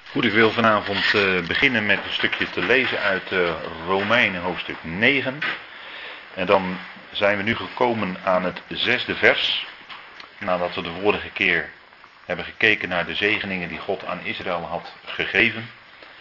Goed, ik wil vanavond beginnen met een stukje te lezen uit Romeinen hoofdstuk 9. En dan zijn we nu gekomen aan het 6e vers. Nadat we de vorige keer hebben gekeken naar de zegeningen die God aan Israël had gegeven.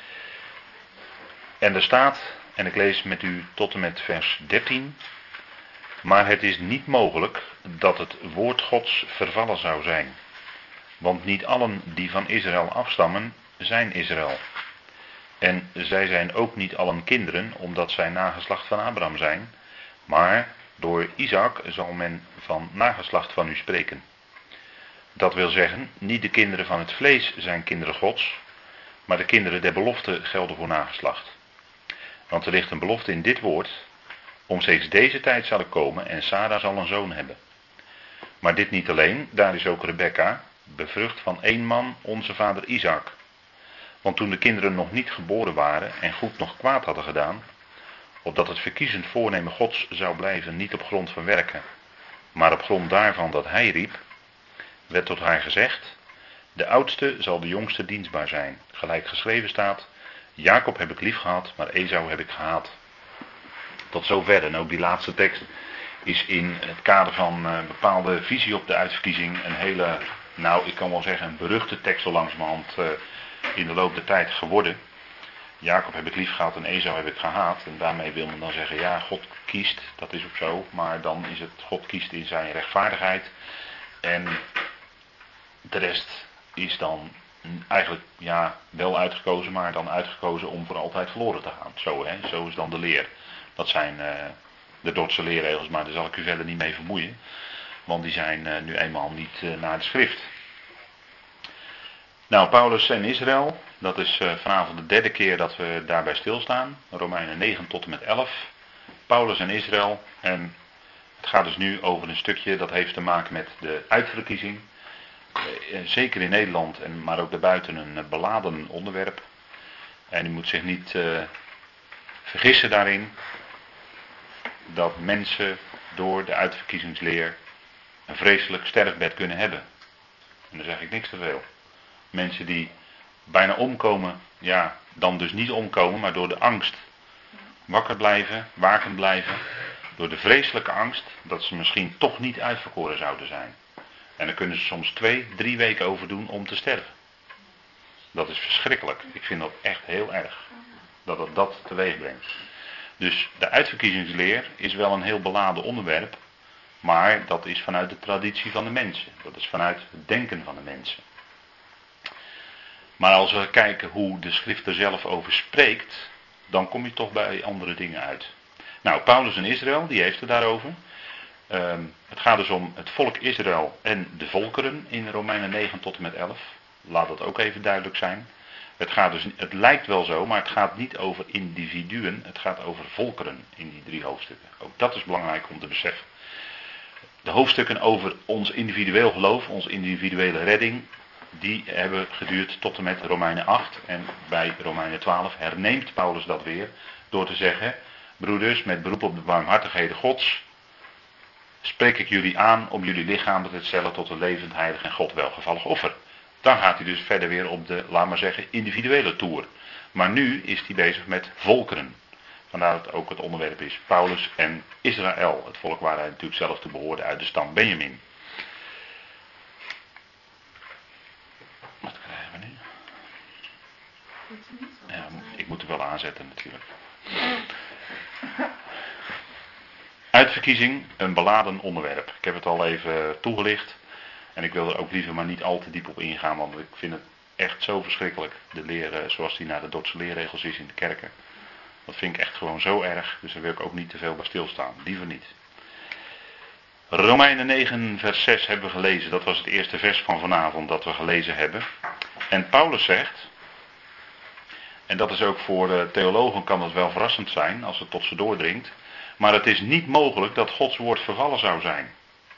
En er staat, en ik lees met u tot en met vers 13. Maar het is niet mogelijk dat het woord Gods vervallen zou zijn. Want niet allen die van Israël afstammen, zijn Israël. En zij zijn ook niet allen kinderen, omdat zij nageslacht van Abraham zijn. Maar door Isaac zal men van nageslacht van u spreken. Dat wil zeggen, niet de kinderen van het vlees zijn kinderen Gods, maar de kinderen der belofte gelden voor nageslacht. Want er ligt een belofte in dit woord, omstreeks deze tijd zal ik komen en Sara zal een zoon hebben. Maar dit niet alleen, daar is ook Rebekka, bevrucht van één man, onze vader Isaac. Want toen de kinderen nog niet geboren waren en goed nog kwaad hadden gedaan, opdat het verkiezend voornemen Gods zou blijven, niet op grond van werken, maar op grond daarvan dat hij riep, werd tot haar gezegd, de oudste zal de jongste dienstbaar zijn. Gelijk geschreven staat, Jacob heb ik lief gehad, maar Esau heb ik gehaat. Tot zover. En ook die laatste tekst is in het kader van een bepaalde visie op de uitverkiezing een hele, nou ik kan wel zeggen, een beruchte tekst zo langzamerhand in de loop der tijd geworden. Jacob heb ik lief gehad en Esau heb ik gehaat. En daarmee wil men dan zeggen, ja, God kiest, dat is ook zo. Maar dan is het, God kiest in zijn rechtvaardigheid. En de rest is dan eigenlijk, ja, wel uitgekozen, maar dan uitgekozen om voor altijd verloren te gaan. Zo is dan de leer. Dat zijn de Dordtse leerregels, maar daar zal ik u verder niet mee vermoeien. Want die zijn nu eenmaal niet naar de schrift. Nou, Paulus en Israël, dat is vanavond de derde keer dat we daarbij stilstaan. Romeinen 9 tot en met 11. Paulus en Israël. En het gaat dus nu over een stukje dat heeft te maken met de uitverkiezing. Zeker in Nederland, maar ook daarbuiten een beladen onderwerp. En u moet zich niet vergissen daarin dat mensen door de uitverkiezingsleer een vreselijk sterfbed kunnen hebben. En dan zeg ik niks te veel. Mensen die bijna omkomen, ja, dan dus niet omkomen, maar door de angst wakker blijven, wakend blijven. Door de vreselijke angst dat ze misschien toch niet uitverkoren zouden zijn. En dan kunnen ze soms 2, 3 weken over doen om te sterven. Dat is verschrikkelijk. Ik vind dat echt heel erg. Dat het dat teweeg brengt. Dus de uitverkiezingsleer is wel een heel beladen onderwerp. Maar dat is vanuit de traditie van de mensen. Dat is vanuit het denken van de mensen. Maar als we kijken hoe de schrift er zelf over spreekt, dan kom je toch bij andere dingen uit. Nou, Paulus en Israël, die heeft het daarover. Het gaat dus om het volk Israël en de volkeren in Romeinen 9 tot en met 11. Laat dat ook even duidelijk zijn. Het lijkt wel zo, maar het gaat niet over individuen. Het gaat over volkeren in die 3 hoofdstukken. Ook dat is belangrijk om te beseffen. De hoofdstukken over ons individueel geloof, onze individuele redding, die hebben geduurd tot en met Romeinen 8. En bij Romeinen 12 herneemt Paulus dat weer door te zeggen, broeders, met beroep op de barmhartigheden Gods, spreek ik jullie aan om jullie lichamen te stellen tot een levend, heilig en God welgevallig offer. Dan gaat hij dus verder weer op de, laat maar zeggen, individuele toer. Maar nu is hij bezig met volkeren. Vandaar dat ook het onderwerp is Paulus en Israël. Het volk waar hij natuurlijk zelf toe behoorde uit de stam Benjamin. Wat krijgen we nu? Ja, ik moet er wel aanzetten natuurlijk. Uitverkiezing, een beladen onderwerp. Ik heb het al even toegelicht. En ik wil er ook liever maar niet al te diep op ingaan, want ik vind het echt zo verschrikkelijk. De leer zoals die naar de Dordtse leerregels is in de kerken. Dat vind ik echt gewoon zo erg, dus daar wil ik ook niet te veel bij stilstaan. Liever niet. Romeinen 9 vers 6 hebben we gelezen. Dat was het eerste vers van vanavond dat we gelezen hebben. En Paulus zegt, en dat is ook voor theologen kan dat wel verrassend zijn als het tot ze doordringt. Maar het is niet mogelijk dat Gods woord vervallen zou zijn.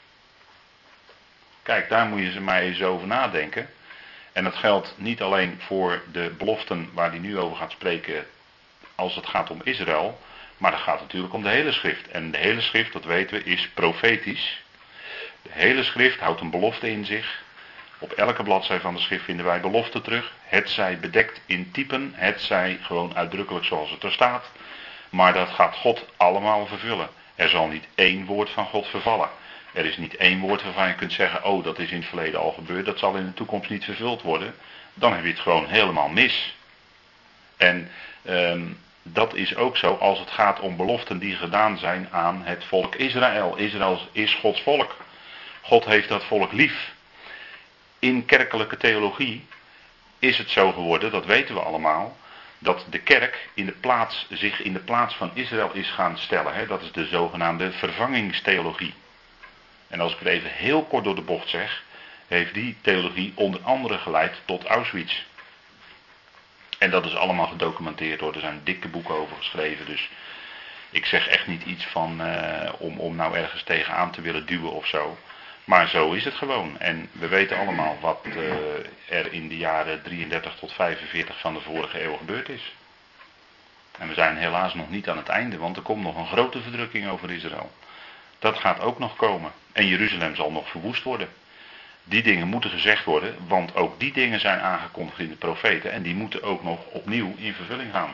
Kijk, daar moet je maar eens over nadenken. En dat geldt niet alleen voor de beloften waar hij nu over gaat spreken als het gaat om Israël. Maar dat gaat natuurlijk om de hele schrift. En de hele schrift, dat weten we, is profetisch. De hele schrift houdt een belofte in zich. Op elke bladzij van de schrift vinden wij beloften terug. Het zij bedekt in typen, het zij gewoon uitdrukkelijk zoals het er staat. Maar dat gaat God allemaal vervullen. Er zal niet één woord van God vervallen. Er is niet één woord waarvan je kunt zeggen, oh dat is in het verleden al gebeurd, dat zal in de toekomst niet vervuld worden. Dan heb je het gewoon helemaal mis. En dat is ook zo als het gaat om beloften die gedaan zijn aan het volk Israël. Israël is Gods volk. God heeft dat volk lief. In kerkelijke theologie is het zo geworden, dat weten we allemaal, dat de kerk zich in de plaats van Israël is gaan stellen. Hè? Dat is de zogenaamde vervangingstheologie. En als ik het even heel kort door de bocht zeg, heeft die theologie onder andere geleid tot Auschwitz. En dat is allemaal gedocumenteerd hoor, er zijn dikke boeken over geschreven. Dus ik zeg echt niet iets van om nou ergens tegenaan te willen duwen of zo. Maar zo is het gewoon. En we weten allemaal wat er in de jaren 33 tot 45 van de vorige eeuw gebeurd is. En we zijn helaas nog niet aan het einde, want er komt nog een grote verdrukking over Israël. Dat gaat ook nog komen. En Jeruzalem zal nog verwoest worden. Die dingen moeten gezegd worden, want ook die dingen zijn aangekondigd in de profeten. En die moeten ook nog opnieuw in vervulling gaan.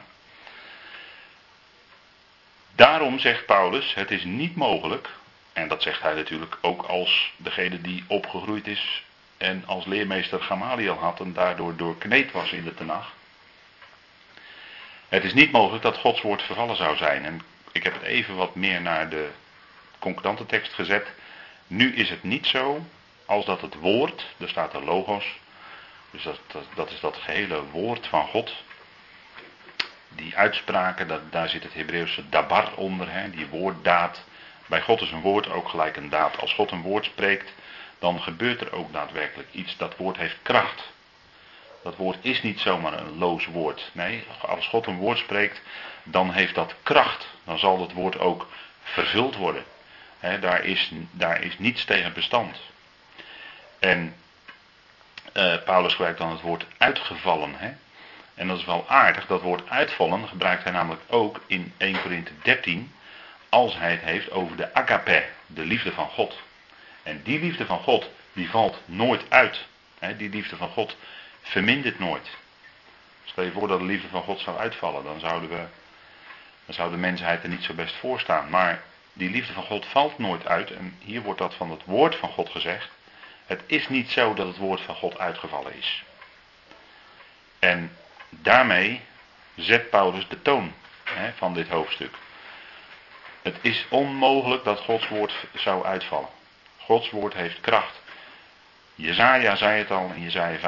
Daarom zegt Paulus, het is niet mogelijk, en dat zegt hij natuurlijk ook als degene die opgegroeid is en als leermeester Gamaliel had en daardoor doorkneed was in de Tenach. Het is niet mogelijk dat Gods woord vervallen zou zijn. En ik heb het even wat meer naar de concordante tekst gezet. Nu is het niet zo als dat het woord, er staat er logos, dus dat is dat gehele woord van God. Die uitspraken, daar zit het Hebreeuwse dabar onder, hè, die woorddaad. Bij God is een woord ook gelijk een daad. Als God een woord spreekt, dan gebeurt er ook daadwerkelijk iets. Dat woord heeft kracht. Dat woord is niet zomaar een loos woord. Nee, als God een woord spreekt, dan heeft dat kracht. Dan zal dat woord ook vervuld worden. He, daar is niets tegen bestand. En Paulus gebruikt dan het woord uitgevallen. Hè? En dat is wel aardig. Dat woord uitvallen gebruikt hij namelijk ook in 1 Korinthe 13. Als hij het heeft over de agape, de liefde van God. En die liefde van God, die valt nooit uit. Hè? Die liefde van God vermindert nooit. Stel je voor dat de liefde van God zou uitvallen. Dan zou de mensheid er niet zo best voor staan. Maar die liefde van God valt nooit uit. En hier wordt dat van het woord van God gezegd. Het is niet zo dat het woord van God uitgevallen is. En daarmee zet Paulus de toon van dit hoofdstuk. Het is onmogelijk dat Gods woord zou uitvallen. Gods woord heeft kracht. Jesaja zei het al in Jesaja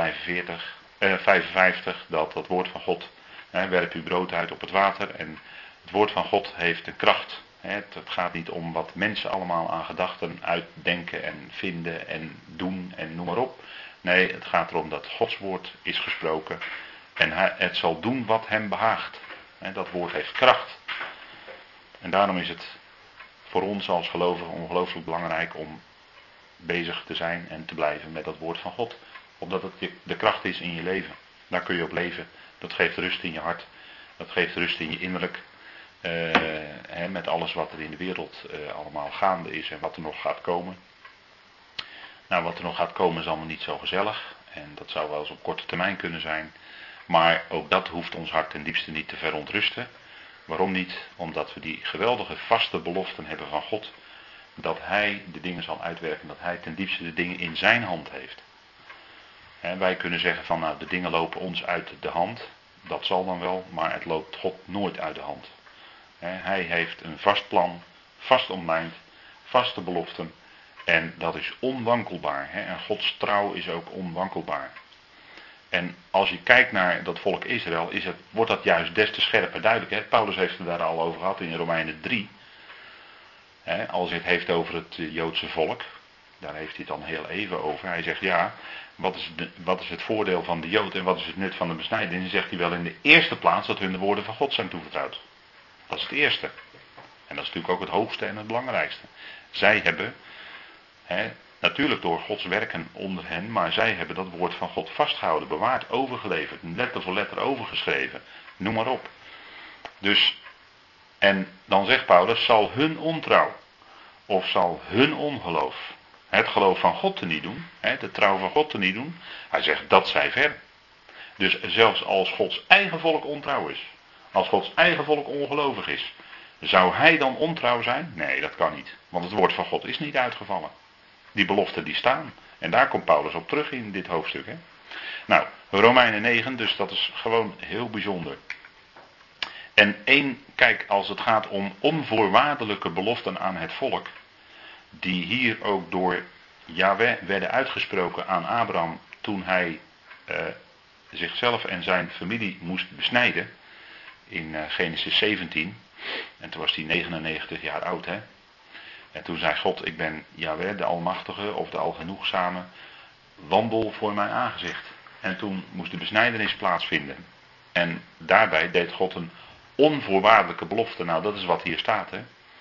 55 dat het woord van God, werp uw brood uit op het water. En het woord van God heeft een kracht. Het gaat niet om wat mensen allemaal aan gedachten uitdenken en vinden en doen en noem maar op. Nee, het gaat erom dat Gods woord is gesproken en het zal doen wat hem behaagt. Dat woord heeft kracht. En daarom is het voor ons als gelovigen ongelooflijk belangrijk om bezig te zijn en te blijven met dat woord van God. Omdat het de kracht is in je leven. Daar kun je op leven. Dat geeft rust in je hart. Dat geeft rust in je innerlijk. Met alles wat er in de wereld allemaal gaande is en wat er nog gaat komen. Nou, wat er nog gaat komen is allemaal niet zo gezellig. En dat zou wel eens op korte termijn kunnen zijn. Maar ook dat hoeft ons hart ten diepste niet te verontrusten. Waarom niet? Omdat we die geweldige vaste beloften hebben van God. Dat hij de dingen zal uitwerken. Dat hij ten diepste de dingen in zijn hand heeft. En wij kunnen zeggen van nou de dingen lopen ons uit de hand. Dat zal dan wel, maar het loopt God nooit uit de hand. Hij heeft een vast plan, vast omlijnd, vaste beloften. En dat is onwankelbaar. En Gods trouw is ook onwankelbaar. En als je kijkt naar dat volk Israël, wordt dat juist des te scherper duidelijk. Paulus heeft het daar al over gehad in Romeinen 3. Als hij het heeft over het Joodse volk. Daar heeft hij het dan heel even over. Hij zegt ja, wat is het voordeel van de Jood en wat is het nut van de besnijdenis? Dan zegt hij wel in de eerste plaats dat hun de woorden van God zijn toevertrouwd. Dat is het eerste. En dat is natuurlijk ook het hoogste en het belangrijkste. Zij hebben, natuurlijk door Gods werken onder hen, maar zij hebben dat woord van God vastgehouden, bewaard, overgeleverd, letter voor letter overgeschreven. Noem maar op. Dus, en dan zegt Paulus, zal hun ontrouw of zal hun ongeloof het geloof van God teniet doen, de trouw van God teniet doen. Hij zegt dat zij ver. Dus zelfs als Gods eigen volk ontrouw is, als Gods eigen volk ongelovig is, zou hij dan ontrouw zijn? Nee, dat kan niet. Want het woord van God is niet uitgevallen. Die beloften die staan. En daar komt Paulus op terug in dit hoofdstuk. Nou, Romeinen 9, dus dat is gewoon heel bijzonder. En kijk, als het gaat om onvoorwaardelijke beloften aan het volk, die hier ook door Yahweh werden uitgesproken aan Abraham toen hij zichzelf en zijn familie moest besnijden in Genesis 17. En toen was hij 99 jaar oud. En toen zei God, ik ben Yahweh, de Almachtige of de Algenoegzame, wandel voor mijn aangezicht. En toen moest de besnijdenis plaatsvinden. En daarbij deed God een onvoorwaardelijke belofte. Nou, dat is wat hier staat.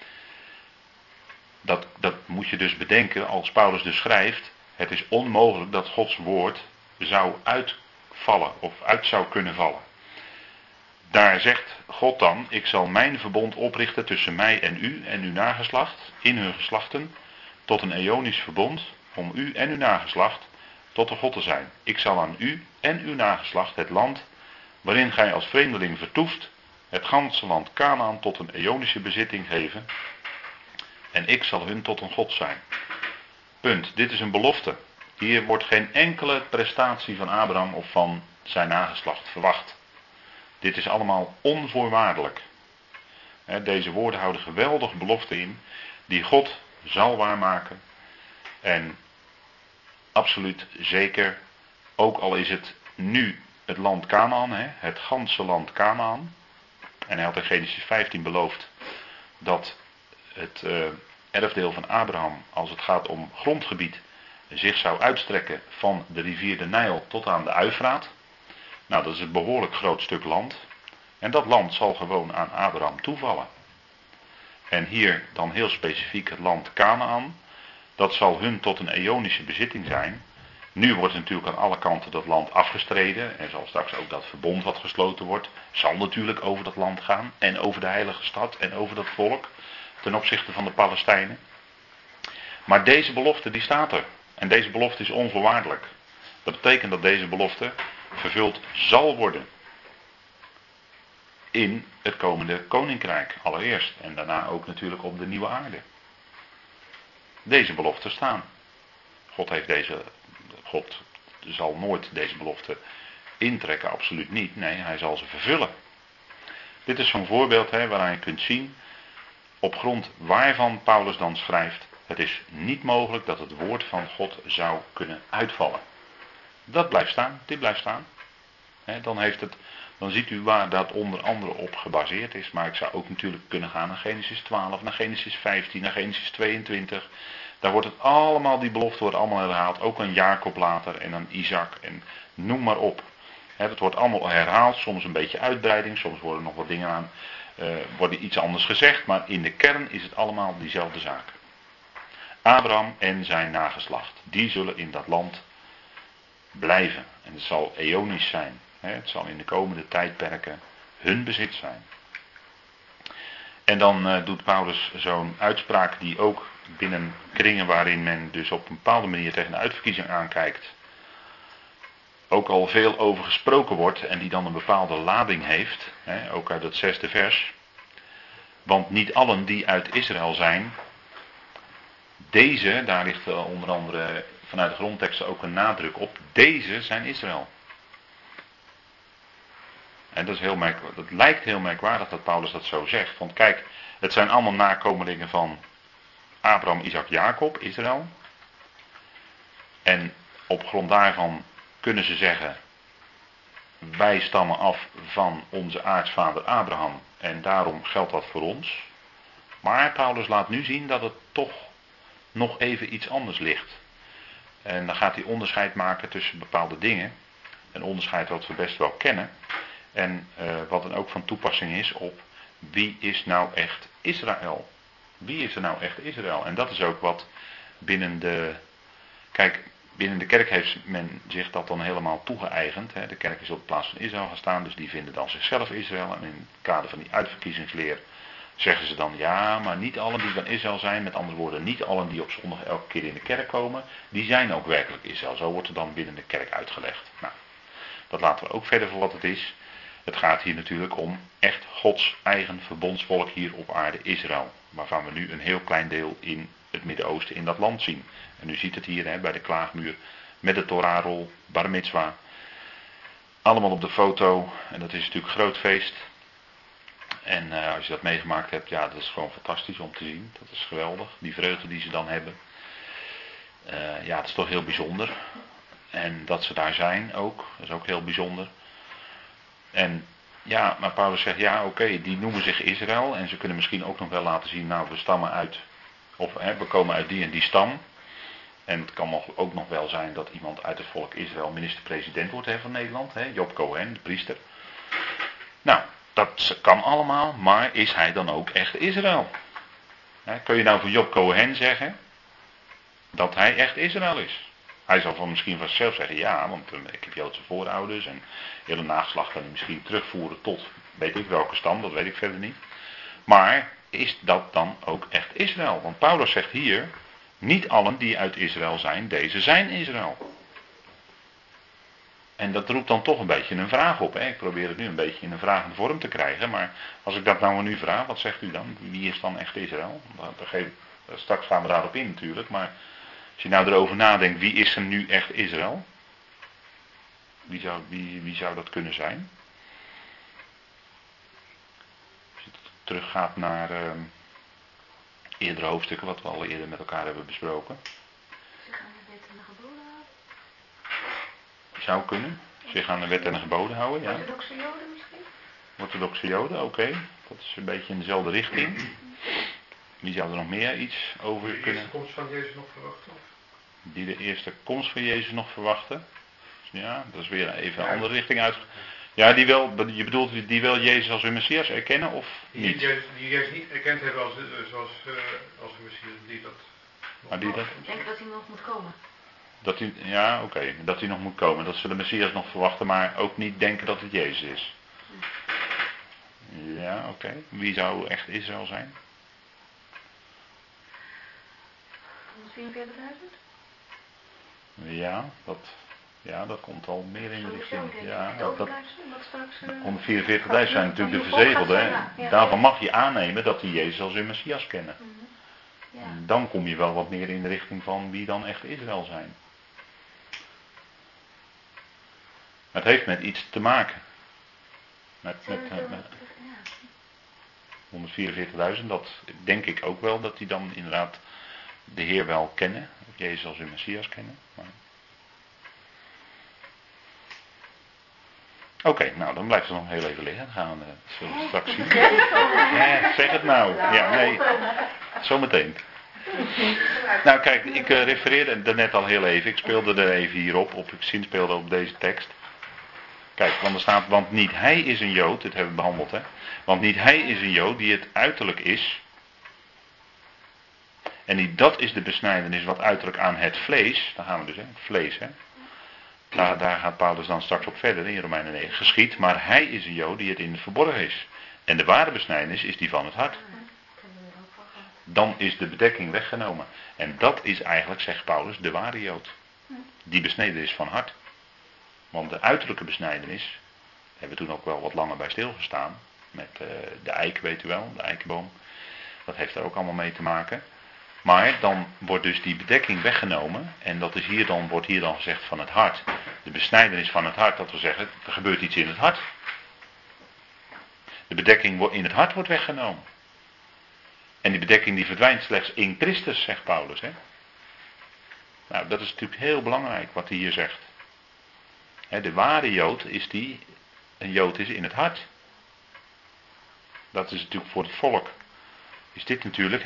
Dat moet je dus bedenken als Paulus dus schrijft. Het is onmogelijk dat Gods woord zou uitvallen of uit zou kunnen vallen. Daar zegt God dan, ik zal mijn verbond oprichten tussen mij en uw nageslacht, in hun geslachten, tot een eonisch verbond, om u en uw nageslacht tot de God te zijn. Ik zal aan u en uw nageslacht het land, waarin gij als vreemdeling vertoeft, het ganse land Kanaan tot een eonische bezitting geven, en ik zal hun tot een God zijn. Punt. Dit is een belofte. Hier wordt geen enkele prestatie van Abraham of van zijn nageslacht verwacht. Dit is allemaal onvoorwaardelijk. Deze woorden houden geweldige beloften in, die God zal waarmaken. En absoluut zeker, ook al is het nu het land Kanaan, het ganse land Kanaan. En hij had in Genesis 15 beloofd dat het erfdeel van Abraham, als het gaat om grondgebied, zich zou uitstrekken van de rivier de Nijl tot aan de Uifraat. Nou, dat is een behoorlijk groot stuk land. En dat land zal gewoon aan Abraham toevallen. En hier dan heel specifiek het land Kanaan. Dat zal hun tot een eonische bezitting zijn. Nu wordt natuurlijk aan alle kanten dat land afgestreden. En zal straks ook dat verbond wat gesloten wordt, zal natuurlijk over dat land gaan. En over de heilige stad en over dat volk. Ten opzichte van de Palestijnen. Maar deze belofte die staat er. En deze belofte is onvoorwaardelijk. Dat betekent dat deze belofte vervuld zal worden. In het komende koninkrijk allereerst. En daarna ook natuurlijk op de nieuwe aarde. Deze beloften staan. God zal nooit deze belofte intrekken, absoluut niet. Nee, hij zal ze vervullen. Dit is zo'n voorbeeld waaraan je kunt zien, op grond waarvan Paulus dan schrijft, het is niet mogelijk dat het woord van God zou kunnen uitvallen. Dat blijft staan, dit blijft staan. Dan ziet u waar dat onder andere op gebaseerd is. Maar ik zou ook natuurlijk kunnen gaan naar Genesis 12, naar Genesis 15, naar Genesis 22. Daar wordt het allemaal, die belofte wordt allemaal herhaald. Ook aan Jacob later en aan Isaac en noem maar op. Het wordt allemaal herhaald, soms een beetje uitbreiding, soms worden nog wat dingen aan, worden iets anders gezegd. Maar in de kern is het allemaal diezelfde zaak. Abraham en zijn nageslacht, die zullen in dat land blijven. En het zal eonisch zijn. Het zal in de komende tijdperken hun bezit zijn. En dan doet Paulus zo'n uitspraak die ook binnen kringen waarin men dus op een bepaalde manier tegen de uitverkiezing aankijkt, ook al veel over gesproken wordt en die dan een bepaalde lading heeft, ook uit het 6e vers. Want niet allen die uit Israël zijn, deze, daar ligt onder andere vanuit de grondteksten ook een nadruk op, deze zijn Israël. En dat lijkt heel merkwaardig dat Paulus dat zo zegt. Want kijk, het zijn allemaal nakomelingen van Abraham, Isaac, Jacob, Israël. En op grond daarvan kunnen ze zeggen, wij stammen af van onze aartsvader Abraham en daarom geldt dat voor ons. Maar Paulus laat nu zien dat het toch nog even iets anders ligt. En dan gaat hij onderscheid maken tussen bepaalde dingen. Een onderscheid wat we best wel kennen. En wat dan ook van toepassing is op wie is nou echt Israël? Wie is er nou echt Israël? En dat is ook wat binnen de... Kijk, binnen de kerk heeft men zich dat dan helemaal toegeëigend. De kerk is op de plaats van Israël gaan staan, dus die vinden dan zichzelf Israël. En in het kader van die uitverkiezingsleer zeggen ze dan, ja, maar niet allen die van Israël zijn, met andere woorden, niet allen die op zondag elke keer in de kerk komen, die zijn ook werkelijk Israël. Zo wordt er dan binnen de kerk uitgelegd. Nou, dat laten we ook verder voor wat het is. Het gaat hier natuurlijk om echt Gods eigen verbondsvolk hier op aarde, Israël. Waarvan we nu een heel klein deel in het Midden-Oosten, in dat land zien. En u ziet het hier bij de klaagmuur, met de Torahrol, Bar Mitzwa. Allemaal op de foto. En dat is natuurlijk een groot feest. En als je dat meegemaakt hebt, ja, dat is gewoon fantastisch om te zien. Dat is geweldig, die vreugde die ze dan hebben. Ja, dat is toch heel bijzonder. En dat ze daar zijn ook, dat is ook heel bijzonder. En ja, maar Paulus zegt, ja oké, die noemen zich Israël. En ze kunnen misschien ook nog wel laten zien, nou we stammen uit, of we komen uit die en die stam. En het kan ook nog wel zijn dat iemand uit het volk Israël minister-president wordt van Nederland. Job Cohen, de priester. Nou, dat kan allemaal, maar is hij dan ook echt Israël? Kun je nou van Job Cohen zeggen dat hij echt Israël is? Hij zal misschien van zichzelf zeggen, ja, want ik heb Joodse voorouders en hele nageslacht kan hij misschien terugvoeren tot weet ik welke stam, dat weet ik verder niet. Maar is dat dan ook echt Israël? Want Paulus zegt hier, niet allen die uit Israël zijn, deze zijn Israël. En dat roept dan toch een beetje een vraag op. Ik probeer het nu een beetje in een vragende vorm te krijgen, maar als ik dat nou aan u vraag, wat zegt u dan? Wie is dan echt Israël? Straks gaan we daarop in natuurlijk, maar als je nou erover nadenkt, wie is er nu echt Israël? Wie zou dat kunnen zijn? Als je teruggaat naar eerdere hoofdstukken, wat we al eerder met elkaar hebben besproken. Zich aan de wet en de geboden houden? Zou kunnen. Zich aan de wet en de geboden houden, ja. Orthodoxe Joden misschien? Orthodoxe Joden, oké. Dat is een beetje in dezelfde richting. Wie zou er nog meer iets over kunnen? Die de eerste komst van Jezus nog verwachten? Die de eerste komst van Jezus nog verwachten? Ja, dat is weer even een andere richting uit. Ja, je bedoelt die wel Jezus als hun Messias erkennen of niet? Die Jezus niet erkend hebben als hun Messias, die dat... Maar die dat? Ik denk dat hij nog moet komen. Dat hij, ja, oké, dat hij nog moet komen. Dat ze de Messias nog verwachten, maar ook niet denken dat het Jezus is. Ja, oké. Wie zou echt Israël zijn? 144.000? Ja, dat komt al meer in de richting. Ja, Dat 144.000 straks, zijn natuurlijk de verzegelden. Daarvan mag je aannemen dat die Jezus als hun Messias kennen. Ja. Dan kom je wel wat meer in de richting van wie dan echt Israël zijn. Het heeft met iets te maken. Met 144.000, dat denk ik ook wel, dat die dan inderdaad de Heer wel kennen. Of Jezus als hun Messias kennen. Oké, nou dan blijft het nog heel even liggen. Dan gaan we straks zien. Ja, zeg het nou. Ja, nee. Zometeen. Nou kijk, ik refereerde daarnet al heel even. Ik speelde er even hierop. Ik zinspeelde op deze tekst. Kijk, want er staat, want niet hij is een Jood. Dit hebben we behandeld, hè. Want niet hij is een Jood die het uiterlijk is. En niet dat is de besnijdenis wat uiterlijk aan het vlees. Daar gaan we dus, hè. Vlees, hè. Daar gaat Paulus dan straks op verder in Romeinen 9. Geschied, maar hij is een Jood die het in het verborgen is. En de ware besnijdenis is die van het hart. Dan is de bedekking weggenomen. En dat is eigenlijk, zegt Paulus, de ware Jood. Die besneden is van hart. Want de uiterlijke besnijdenis, hebben we toen ook wel wat langer bij stilgestaan. Met de eik, weet u wel, de eikenboom. Dat heeft er ook allemaal mee te maken. Maar dan wordt dus die bedekking weggenomen. En dat is wordt hier dan gezegd van het hart. De besnijdenis van het hart, dat wil zeggen, er gebeurt iets in het hart. De bedekking in het hart wordt weggenomen. En die bedekking die verdwijnt slechts in Christus, zegt Paulus. Hè? Nou, dat is natuurlijk heel belangrijk wat hij hier zegt. De ware Jood is die een Jood is in het hart. Dat is natuurlijk voor het volk. Is dit natuurlijk,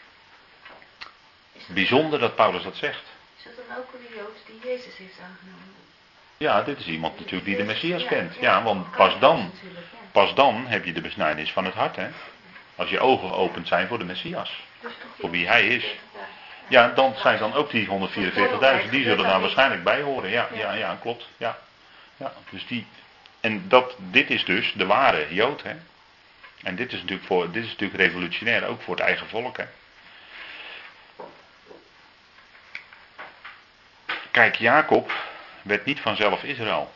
bijzonder dat Paulus dat zegt. Is dat dan ook een Jood die Jezus heeft aangenomen? Ja, dit is iemand natuurlijk die de Messias kent. Ja, want pas dan heb je de besnijdenis van het hart, hè. Als je ogen geopend zijn voor de Messias. Voor wie hij is. Ja, dan zijn dan ook die 144.000, die zullen daar waarschijnlijk bij horen. Ja, klopt. Ja, dus dit is dus de ware Jood, hè. En dit is natuurlijk revolutionair, ook voor het eigen volk. Hè. Kijk, Jacob werd niet vanzelf Israël.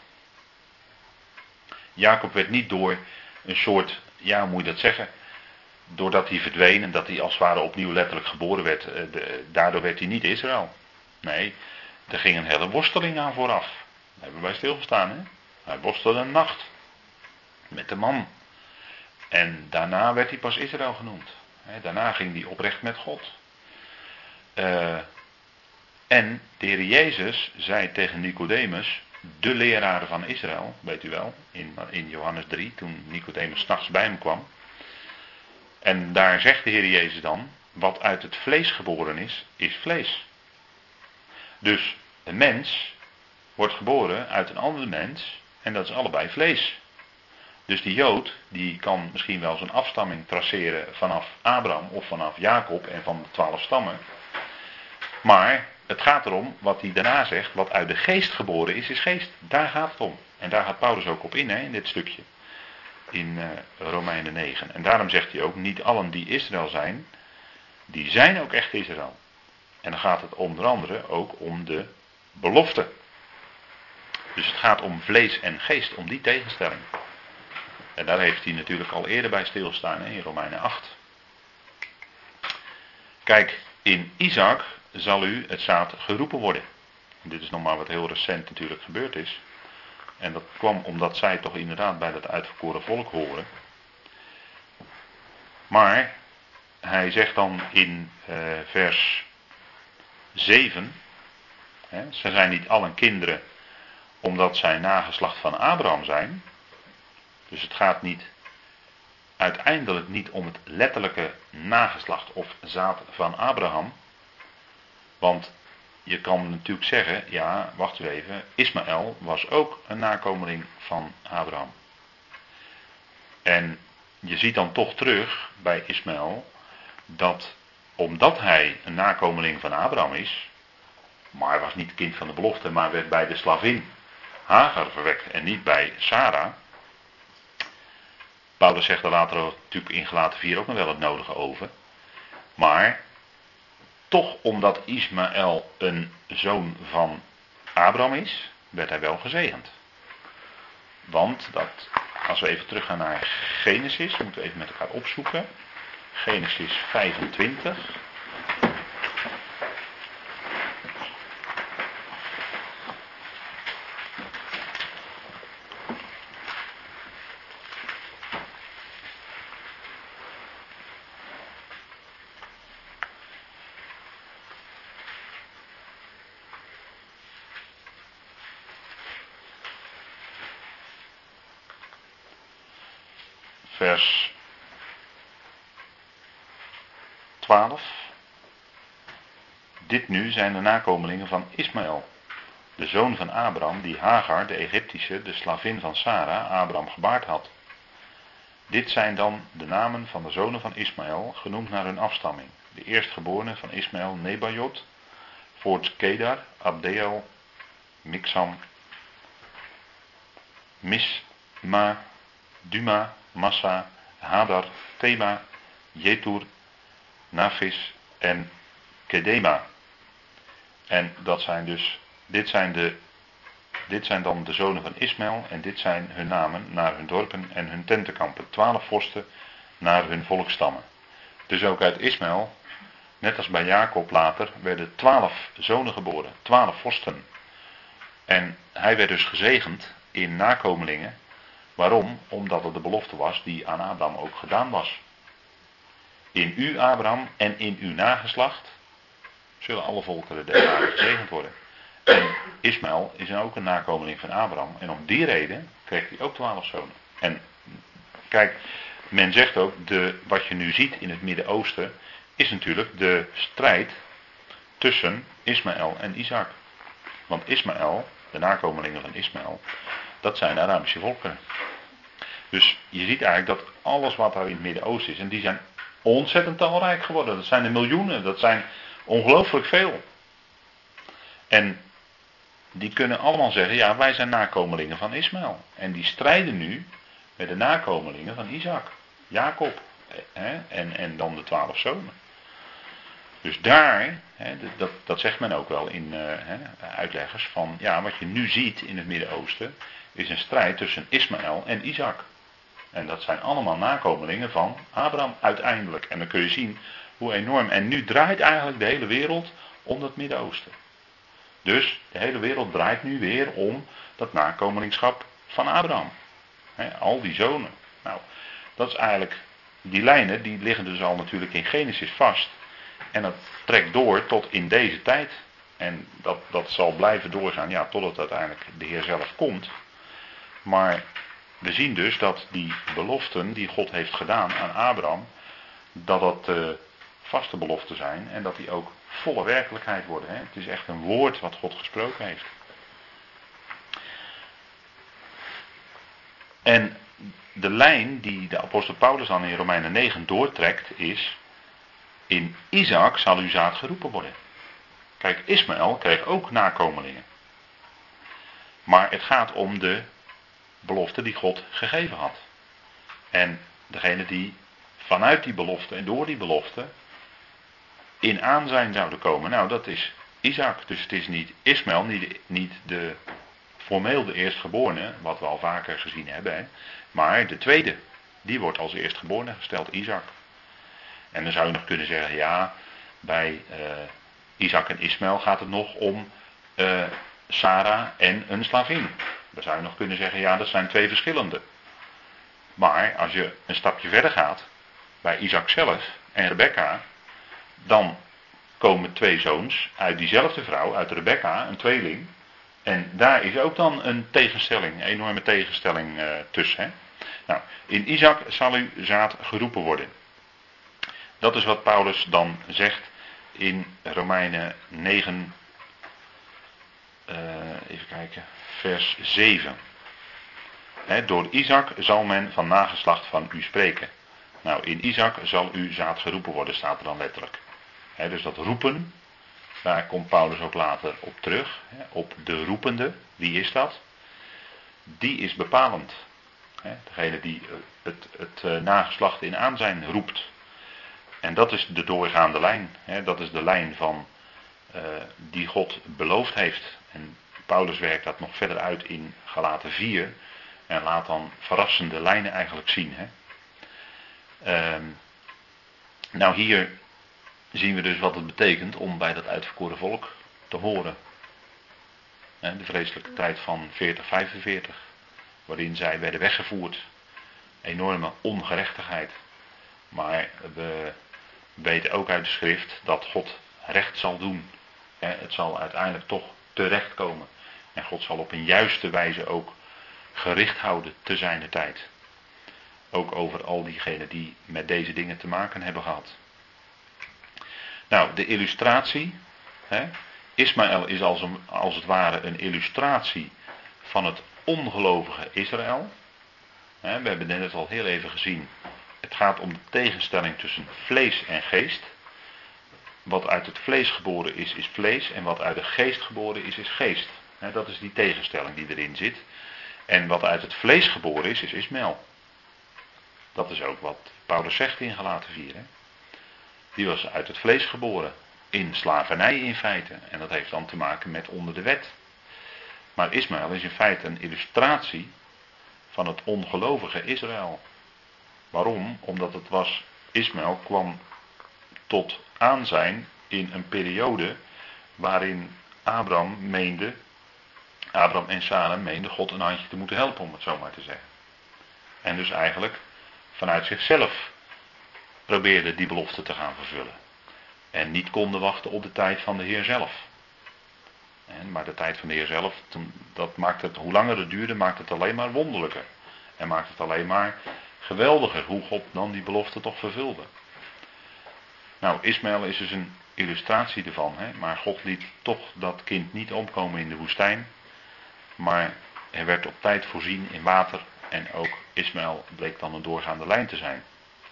Jacob werd niet door een soort, ja hoe moet je dat zeggen, doordat hij verdween en dat hij als het ware opnieuw letterlijk geboren werd, daardoor werd hij niet Israël. Nee, er ging een hele worsteling aan vooraf. Daar hebben wij stilgestaan. Hè? Hij worstelde een nacht met de man. En daarna werd hij pas Israël genoemd. Daarna ging hij oprecht met God. En de Heer Jezus zei tegen Nicodemus, de leraar van Israël, weet u wel, in Johannes 3, toen Nicodemus 's nachts bij hem kwam. En daar zegt de Heer Jezus dan, wat uit het vlees geboren is vlees. Dus een mens wordt geboren uit een andere mens en dat is allebei vlees. Dus die Jood, die kan misschien wel zijn afstamming traceren vanaf Abraham of vanaf Jacob en van de 12 stammen. Maar het gaat erom, wat hij daarna zegt, wat uit de geest geboren is geest. Daar gaat het om. En daar gaat Paulus ook op in, in dit stukje. In Romeinen 9. En daarom zegt hij ook, niet allen die Israël zijn, die zijn ook echt Israël. En dan gaat het onder andere ook om de belofte. Dus het gaat om vlees en geest, om die tegenstelling. En daar heeft hij natuurlijk al eerder bij stilstaan, in Romeinen 8. Kijk, in Isaac zal u het zaad geroepen worden. En dit is nog maar wat heel recent natuurlijk gebeurd is. En dat kwam omdat zij toch inderdaad bij dat uitverkoren volk horen. Maar hij zegt dan in vers 7. Ze zijn niet allen kinderen omdat zij nageslacht van Abraham zijn. Dus het gaat uiteindelijk niet om het letterlijke nageslacht of zaad van Abraham. Want je kan natuurlijk zeggen, ja, wacht even, Ismaël was ook een nakomeling van Abraham. En je ziet dan toch terug bij Ismaël dat omdat hij een nakomeling van Abraham is, maar was niet kind van de belofte, maar werd bij de slavin Hagar verwekt en niet bij Sarah. Paulus zegt er later natuurlijk in Galaten 4 ook nog wel het nodige over. Maar toch omdat Ismaël een zoon van Abraham is, werd hij wel gezegend. Want als we even teruggaan naar Genesis, moeten we even met elkaar opzoeken. Genesis 25. Vers 12. Dit nu zijn de nakomelingen van Ismaël, de zoon van Abraham, die Hagar, de Egyptische, de slavin van Sarah, Abraham gebaard had. Dit zijn dan de namen van de zonen van Ismaël, genoemd naar hun afstamming. De eerstgeborene van Ismaël, Nebajot, voorts Kedar, Abdeel, Miksam, Misma, Duma, Massa, Hadar, Tema, Jetur, Nafis en Kedema. En dat zijn dus, dit zijn dan de zonen van Ismaël en dit zijn hun namen naar hun dorpen en hun tentenkampen. 12 vorsten naar hun volkstammen. Dus ook uit Ismaël, net als bij Jacob later, werden 12 zonen geboren, 12 vorsten. En hij werd dus gezegend in nakomelingen. Waarom? Omdat het de belofte was die aan Abraham ook gedaan was. In u, Abraham, en in uw nageslacht zullen alle volkeren der aarde gezegend worden. En Ismaël is ook een nakomeling van Abraham. En om die reden kreeg hij ook 12 zonen. En kijk, men zegt ook, wat je nu ziet in het Midden-Oosten is natuurlijk de strijd tussen Ismaël en Isaac. Want Ismaël, de nakomelingen van Ismaël, dat zijn de Arabische volkeren. Dus je ziet eigenlijk dat alles wat daar in het Midden-Oosten is, en die zijn ontzettend talrijk geworden. Dat zijn de miljoenen, dat zijn ongelooflijk veel. En die kunnen allemaal zeggen, ja, wij zijn nakomelingen van Ismaël. En die strijden nu met de nakomelingen van Isaac. Jacob. En dan de 12 zonen. Dus daar, dat zegt men ook wel in uitleggers, van ja, wat je nu ziet in het Midden-Oosten, is een strijd tussen Ismaël en Isaac. En dat zijn allemaal nakomelingen van Abraham uiteindelijk. En dan kun je zien hoe enorm. En nu draait eigenlijk de hele wereld om dat Midden-Oosten. Dus de hele wereld draait nu weer om dat nakomelingschap van Abraham. Al die zonen. Nou, dat is eigenlijk, die lijnen die liggen dus al natuurlijk in Genesis vast. En dat trekt door tot in deze tijd. En dat zal blijven doorgaan, ja, totdat uiteindelijk de Heer zelf komt. Maar we zien dus dat die beloften die God heeft gedaan aan Abraham, dat dat vaste beloften zijn en dat die ook volle werkelijkheid worden. Het is echt een woord wat God gesproken heeft. En de lijn die de apostel Paulus dan in Romeinen 9 doortrekt is: in Isaac zal uw zaad geroepen worden. Kijk, Ismaël kreeg ook nakomelingen. Maar het gaat om de belofte die God gegeven had. En degene die vanuit die belofte en door die belofte in aanzijn zouden komen, nou dat is Isaac. Dus het is niet Ismaël, niet de formeel de eerstgeborene, wat we al vaker gezien hebben, maar de tweede. Die wordt als eerstgeborene gesteld, Isaac. En dan zou je nog kunnen zeggen, ja, bij Isaac en Ismaël gaat het nog om Sarah en een slavin. Dan zou je nog kunnen zeggen, ja, dat zijn twee verschillende. Maar als je een stapje verder gaat, bij Isaac zelf en Rebekka, dan komen twee zoons uit diezelfde vrouw, uit Rebekka, een tweeling. En daar is ook dan een tegenstelling, een enorme tegenstelling tussen. Hè? Nou, in Isaac zal uw zaad geroepen worden. Dat is wat Paulus dan zegt in Romeinen 9, even kijken, vers 7. Door Isaac zal men van nageslacht van u spreken. Nou, in Isaac zal uw zaad geroepen worden, staat er dan letterlijk. Dus dat roepen, daar komt Paulus ook later op terug. Op de roepende, wie is dat? Die is bepalend. Degene die het nageslacht in aanzijn roept. En dat is de doorgaande lijn. Dat is de lijn van die God beloofd heeft. En Paulus werkt dat nog verder uit in Galaten 4. En laat dan verrassende lijnen eigenlijk zien. Nou, hier zien we dus wat het betekent om bij dat uitverkoren volk te horen. De vreselijke tijd van 40-45. Waarin zij werden weggevoerd. Enorme ongerechtigheid. Maar we weten ook uit de schrift dat God recht zal doen. Het zal uiteindelijk toch terechtkomen. En God zal op een juiste wijze ook gericht houden te zijner tijd. Ook over al diegenen die met deze dingen te maken hebben gehad. Nou, de illustratie. Ismaël is als het ware een illustratie van het ongelovige Israël. We hebben net al heel even gezien. Het gaat om de tegenstelling tussen vlees en geest. Wat uit het vlees geboren is, is vlees. En wat uit de geest geboren is, is geest. Dat is die tegenstelling die erin zit. En wat uit het vlees geboren is, is Ismaël. Dat is ook wat Paulus zegt in Galaten 4. Die was uit het vlees geboren. In slavernij in feite. En dat heeft dan te maken met onder de wet. Maar Ismaël is in feite een illustratie van het ongelovige Israël. Waarom? Omdat het was, Ismaël kwam tot aanzijn in een periode waarin Abraham en Sarah meenden God een handje te moeten helpen, om het zo maar te zeggen. En dus eigenlijk vanuit zichzelf probeerde die belofte te gaan vervullen. En niet konden wachten op de tijd van de Heer zelf. Maar de tijd van de Heer zelf, dat maakt het, hoe langer het duurde, maakt het alleen maar wonderlijker. En maakt het alleen maar geweldiger hoe God dan die belofte toch vervulde. Nou, Ismaël is dus een illustratie ervan. Maar God liet toch dat kind niet omkomen in de woestijn. Maar er werd op tijd voorzien in water. En ook Ismaël bleek dan een doorgaande lijn te zijn.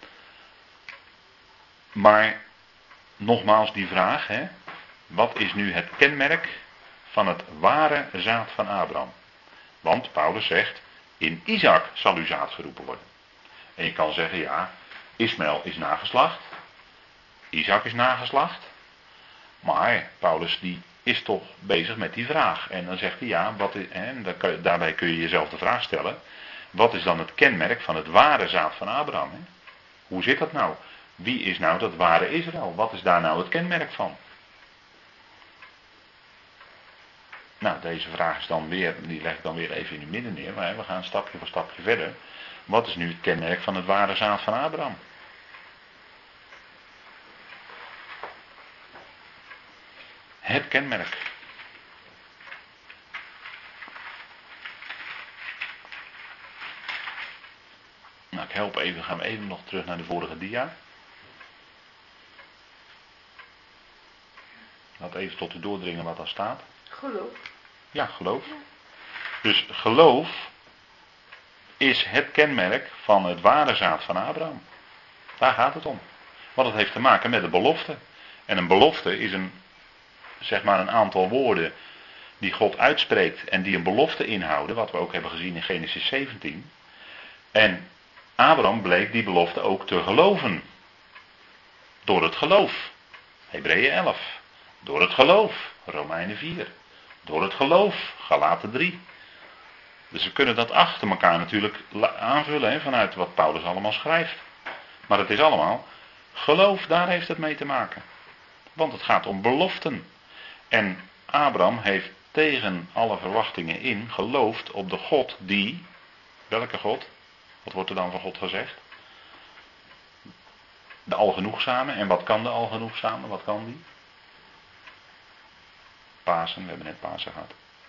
Maar nogmaals die vraag. Wat is nu het kenmerk van het ware zaad van Abraham? Want Paulus zegt, in Isaac zal uw zaad geroepen worden. En je kan zeggen, ja, Ismaël is nageslacht. Isaac is nageslacht. Maar Paulus die is toch bezig met die vraag. En dan zegt hij, ja, daarbij kun je jezelf de vraag stellen. Wat is dan het kenmerk van het ware zaad van Abraham? Hè? Hoe zit dat nou? Wie is nou dat ware Israël? Wat is daar nou het kenmerk van? Nou, deze vraag is dan weer, die leg ik dan weer even in het midden neer. Maar we gaan stapje voor stapje verder. Wat is nu het kenmerk van het ware zaad van Abraham? Het kenmerk. Nou, ik help even, gaan we even nog terug naar de vorige dia. Laat even tot u doordringen wat daar staat. Geloof. Ja, geloof. Dus geloof is het kenmerk van het ware zaad van Abraham. Daar gaat het om. Want het heeft te maken met de belofte. En een belofte is een aantal woorden die God uitspreekt en die een belofte inhouden, wat we ook hebben gezien in Genesis 17. En Abraham bleek die belofte ook te geloven. Door het geloof. Hebreeën 11. Door het geloof. Romeinen 4. Door het geloof. Galaten 3. Dus we kunnen dat achter elkaar natuurlijk aanvullen vanuit wat Paulus allemaal schrijft. Maar het is allemaal geloof, daar heeft het mee te maken. Want het gaat om beloften. En Abraham heeft tegen alle verwachtingen in geloofd op de God die... Welke God? Wat wordt er dan van God gezegd? De Algenoegzame. En wat kan de Algenoegzame? Wat kan die? Pasen, we hebben net Pasen gehad.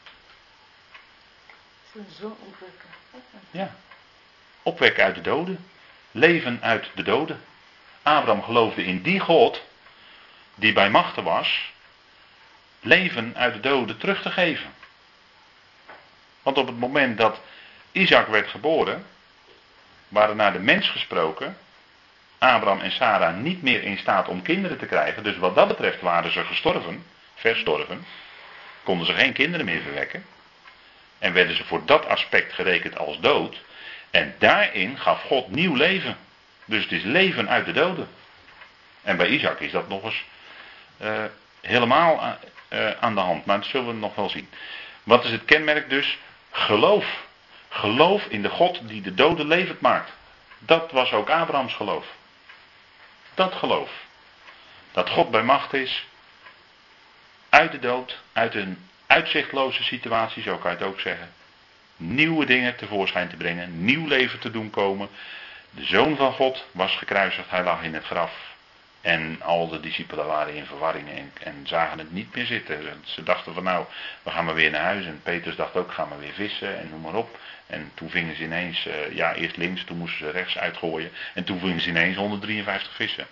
Zijn zoon opwekken. Ja. Opwekken uit de doden. Leven uit de doden. Abraham geloofde in die God die bij machten was leven uit de doden terug te geven. Want op het moment dat Isaac werd geboren, waren naar de mens gesproken Abraham en Sarah niet meer in staat om kinderen te krijgen. Dus wat dat betreft waren ze gestorven, verstorven, konden ze geen kinderen meer verwekken. En werden ze voor dat aspect gerekend als dood. En daarin gaf God nieuw leven. Dus het is leven uit de doden. En bij Isaac is dat nog eens helemaal aan de hand. Maar dat zullen we nog wel zien. Wat is het kenmerk dus? Geloof. Geloof in de God die de doden levend maakt. Dat was ook Abrahams geloof. Dat geloof. Dat God bij macht is. Uit de dood. Uit een uitzichtloze situatie, zo kan je het ook zeggen. Nieuwe dingen tevoorschijn te brengen. Nieuw leven te doen komen. De Zoon van God was gekruisigd. Hij lag in het graf. En al de discipelen waren in verwarring en zagen het niet meer zitten. Ze dachten van nou, we gaan maar weer naar huis. En Petrus dacht ook, gaan we weer vissen en noem maar op. En toen vingen ze ineens, eerst links, toen moesten ze rechts uitgooien. En toen vingen ze ineens 153 vissen.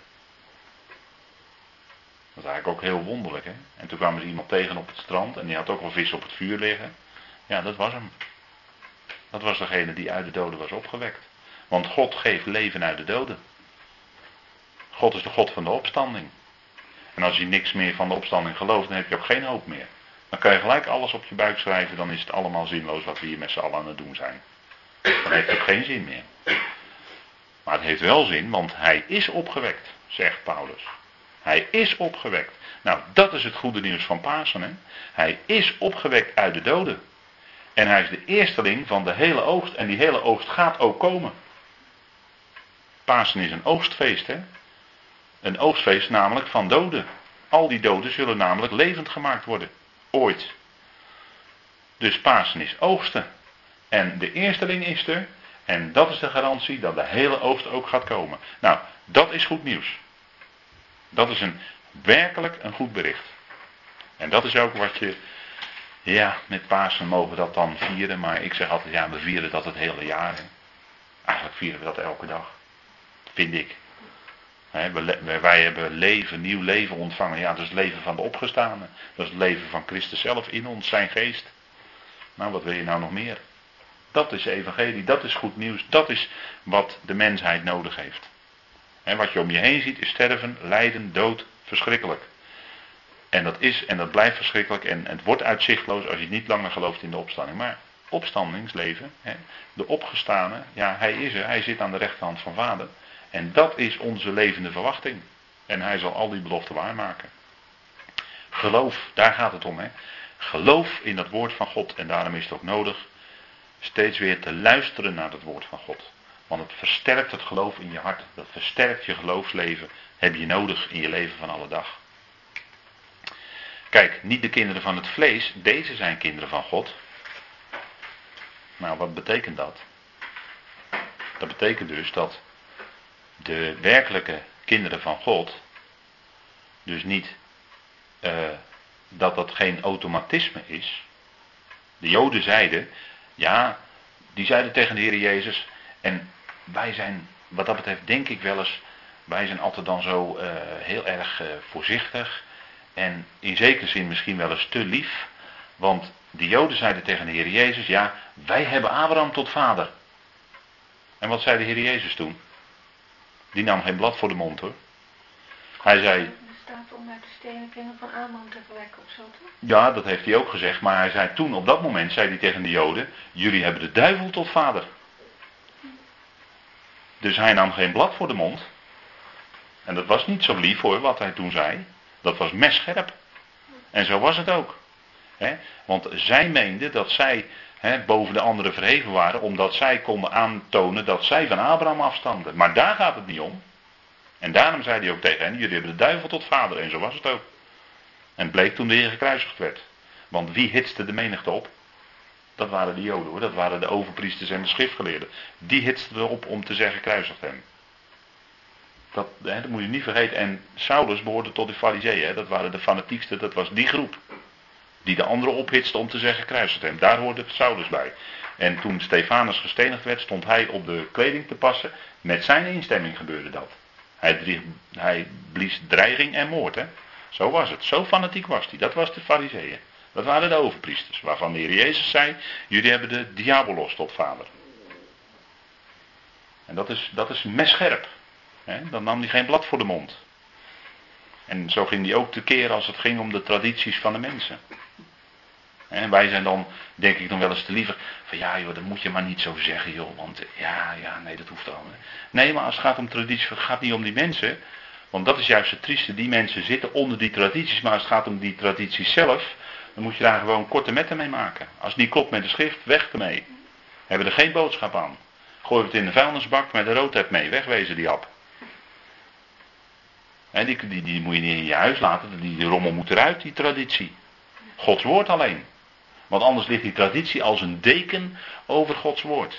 Dat is eigenlijk ook heel wonderlijk, hè. En toen kwamen ze iemand tegen op het strand en die had ook wel vis op het vuur liggen. Ja, dat was hem. Dat was degene die uit de doden was opgewekt. Want God geeft leven uit de doden. God is de God van de opstanding. En als je niks meer van de opstanding gelooft, dan heb je ook geen hoop meer. Dan kan je gelijk alles op je buik schrijven, dan is het allemaal zinloos wat we hier met z'n allen aan het doen zijn. Dan heeft het ook geen zin meer. Maar het heeft wel zin, want hij is opgewekt, zegt Paulus. Hij is opgewekt. Nou, dat is het goede nieuws van Pasen. Hè? Hij is opgewekt uit de doden. En hij is de eersteling van de hele oogst. En die hele oogst gaat ook komen. Pasen is een oogstfeest, hè? Een oogstfeest namelijk van doden. Al die doden zullen namelijk levend gemaakt worden. Ooit. Dus Pasen is oogsten. En de eersteling is er. En dat is de garantie dat de hele oogst ook gaat komen. Nou, dat is goed nieuws. Dat is werkelijk een goed bericht. En dat is ook wat je... Ja, met Pasen mogen we dat dan vieren. Maar ik zeg altijd, ja, we vieren dat het hele jaar. Hè. Eigenlijk vieren we dat elke dag. Vind ik. Wij hebben leven, nieuw leven ontvangen. Ja, dat is het leven van de opgestane. Dat is het leven van Christus zelf in ons, zijn geest. Nou, wat wil je nou nog meer? Dat is evangelie, dat is goed nieuws. Dat is wat de mensheid nodig heeft. En wat je om je heen ziet is sterven, lijden, dood, verschrikkelijk. En dat is en dat blijft verschrikkelijk. En het wordt uitzichtloos als je niet langer gelooft in de opstanding. Maar opstandingsleven. Hè, de opgestane, ja, hij is er, hij zit aan de rechterhand van Vader. En dat is onze levende verwachting. En hij zal al die beloften waarmaken. Geloof, daar gaat het om. Hè. Geloof in dat woord van God. En daarom is het ook nodig steeds weer te luisteren naar het woord van God. Want het versterkt het geloof in je hart. Dat versterkt je geloofsleven. Heb je nodig in je leven van alle dag. Kijk, niet de kinderen van het vlees. Deze zijn kinderen van God. Nou, wat betekent dat? Dat betekent dus dat de werkelijke kinderen van God dus niet dat geen automatisme is. De Joden zeiden, ja, die zeiden tegen de Heer Jezus, en wij zijn, wat dat betreft denk ik wel eens, wij zijn altijd dan zo heel erg voorzichtig en in zekere zin misschien wel eens te lief, want de Joden zeiden tegen de Heer Jezus, ja, wij hebben Abraham tot vader. En wat zei de Heer Jezus toen? Die nam geen blad voor de mond, hoor. Hij zei, Er staat om uit de stenen kinderen van Abraham te verwekken of zo, toch? ja, dat heeft hij ook gezegd, maar hij zei toen, op dat moment, zei hij tegen de Joden, jullie hebben de duivel tot vader. Dus hij nam geen blad voor de mond. En dat was niet zo lief, hoor, wat hij toen zei. Dat was messcherp. En zo was het ook. Want zij meenden dat zij boven de anderen verheven waren, omdat zij konden aantonen dat zij van Abraham afstamden. Maar daar gaat het niet om. En daarom zei hij ook tegen hen, jullie hebben de duivel tot vader. En zo was het ook. En het bleek toen de Heer gekruisigd werd. Want wie hitste de menigte op? Dat waren de Joden, hoor. Dat waren de overpriesters en de schriftgeleerden. Die hitsten erop om te zeggen, kruisigt hem. Dat moet je niet vergeten. En Saulus behoorde tot de Farizeeën. Dat waren de fanatiekste, dat was die groep. Die de anderen ophitste om te zeggen, kruisigt hem. Daar hoorde Saulus bij. En toen Stefanus gestenigd werd, stond hij op de kleding te passen. Met zijn instemming gebeurde dat. Hij blies dreiging en moord. Hè? Zo was het. Zo fanatiek was hij. Dat was de Farizeeën. Dat waren de overpriesters. Waarvan de Heer Jezus zei, jullie hebben de diabolos tot vader. En dat is messcherp. Dan nam hij geen blad voor de mond. En zo ging hij ook tekeer als het ging om de tradities van de mensen. En wij zijn dan, denk ik dan wel eens te liever, van ja joh, dat moet je maar niet zo zeggen joh, want nee, dat hoeft al. Nee, maar als het gaat om tradities, het gaat niet om die mensen, want dat is juist het trieste, die mensen zitten onder die tradities, maar als het gaat om die tradities zelf, dan moet je daar gewoon korte metten mee maken. Als het niet klopt met de schrift, weg ermee. Hebben er geen boodschap aan. Gooi het in de vuilnisbak met een roodheb mee, wegwezen die hap. En die moet je niet in je huis laten, die rommel moet eruit, die traditie. Gods woord alleen. Want anders ligt die traditie als een deken over Gods woord.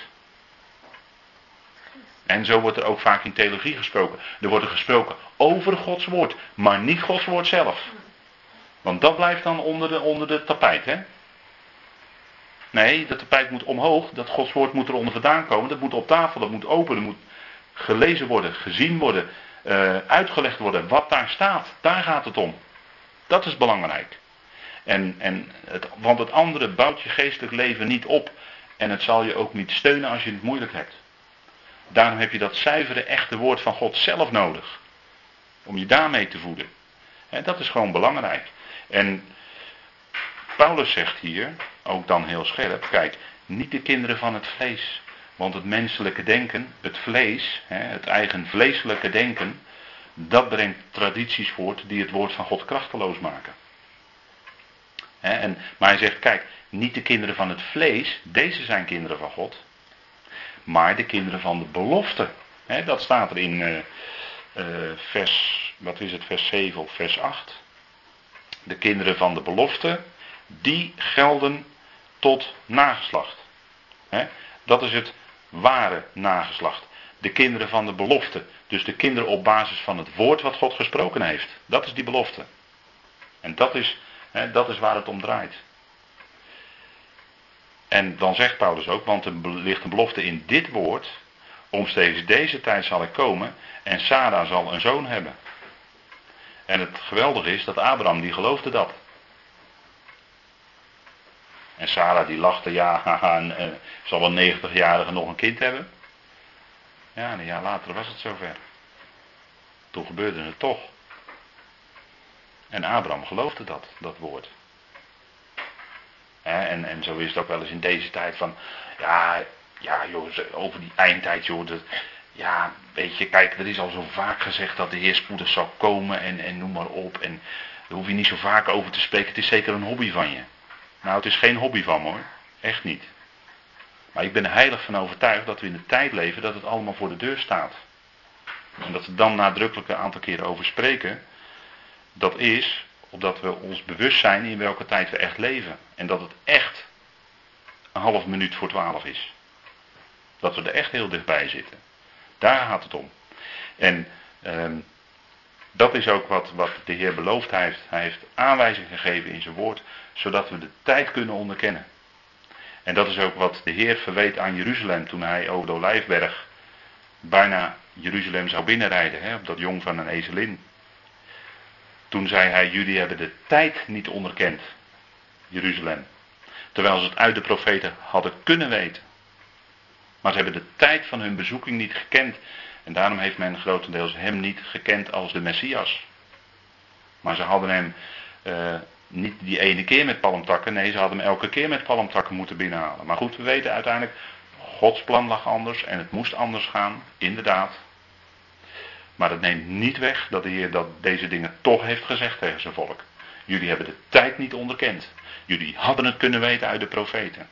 En zo wordt er ook vaak in theologie gesproken. Er wordt er gesproken over Gods woord, maar niet Gods woord zelf. Want dat blijft dan onder de tapijt, hè? Nee, dat tapijt moet omhoog, dat Gods woord moet er onder vandaan komen, dat moet op tafel, dat moet open, dat moet gelezen worden, gezien worden, uitgelegd worden wat daar staat. Daar gaat het om. Dat is belangrijk. Want het andere bouwt je geestelijk leven niet op. En het zal je ook niet steunen als je het moeilijk hebt. Daarom heb je dat zuivere, echte woord van God zelf nodig. Om je daarmee te voeden. En dat is gewoon belangrijk. En Paulus zegt hier, ook dan heel scherp, kijk, niet de kinderen van het vlees. Want het menselijke denken, het vlees, het eigen vleeselijke denken, dat brengt tradities voort die het woord van God krachteloos maken. Maar hij zegt, kijk, niet de kinderen van het vlees, deze zijn kinderen van God, maar de kinderen van de belofte. Dat staat er in vers 7 of vers 8. De kinderen van de belofte, die gelden tot nageslacht. Dat is het ware nageslacht. De kinderen van de belofte, dus de kinderen op basis van het woord wat God gesproken heeft. Dat is die belofte. En dat is waar het om draait. En dan zegt Paulus ook, want er ligt een belofte in dit woord, omstreeks deze tijd zal ik komen en Sarah zal een zoon hebben. En het geweldige is dat Abraham die geloofde dat. En Sarah die lachte, zal een 90-jarige nog een kind hebben. Ja, en een jaar later was het zover. Toen gebeurde het toch. En Abraham geloofde dat woord. En zo is het ook wel eens in deze tijd van, ja joh, over die eindtijd joh, ja, weet je, kijk, er is al zo vaak gezegd dat de Heer spoedig zal komen en noem maar op. En daar hoef je niet zo vaak over te spreken, het is zeker een hobby van je. Nou, het is geen hobby van me hoor, echt niet. Maar ik ben er heilig van overtuigd dat we in de tijd leven dat het allemaal voor de deur staat. En dat we dan nadrukkelijk een aantal keren over spreken, dat is opdat we ons bewust zijn in welke tijd we echt leven. En dat het echt een half minuut voor 12 is. Dat we er echt heel dichtbij zitten. Daar gaat het om. En dat is ook wat de Heer beloofd heeft. Hij heeft aanwijzing gegeven in zijn woord, zodat we de tijd kunnen onderkennen. En dat is ook wat de Heer verweet aan Jeruzalem toen hij over de Olijfberg bijna Jeruzalem zou binnenrijden, op dat jong van een ezelin. Toen zei hij, jullie hebben de tijd niet onderkend, Jeruzalem. Terwijl ze het uit de profeten hadden kunnen weten. Maar ze hebben de tijd van hun bezoeking niet gekend. En daarom heeft men grotendeels hem niet gekend als de Messias. Maar ze hadden hem niet die ene keer met palmtakken. Nee, ze hadden hem elke keer met palmtakken moeten binnenhalen. Maar goed, we weten uiteindelijk, Gods plan lag anders en het moest anders gaan, inderdaad. Maar dat neemt niet weg dat de Heer deze dingen toch heeft gezegd tegen zijn volk. Jullie hebben de tijd niet onderkend. Jullie hadden het kunnen weten uit de profeten.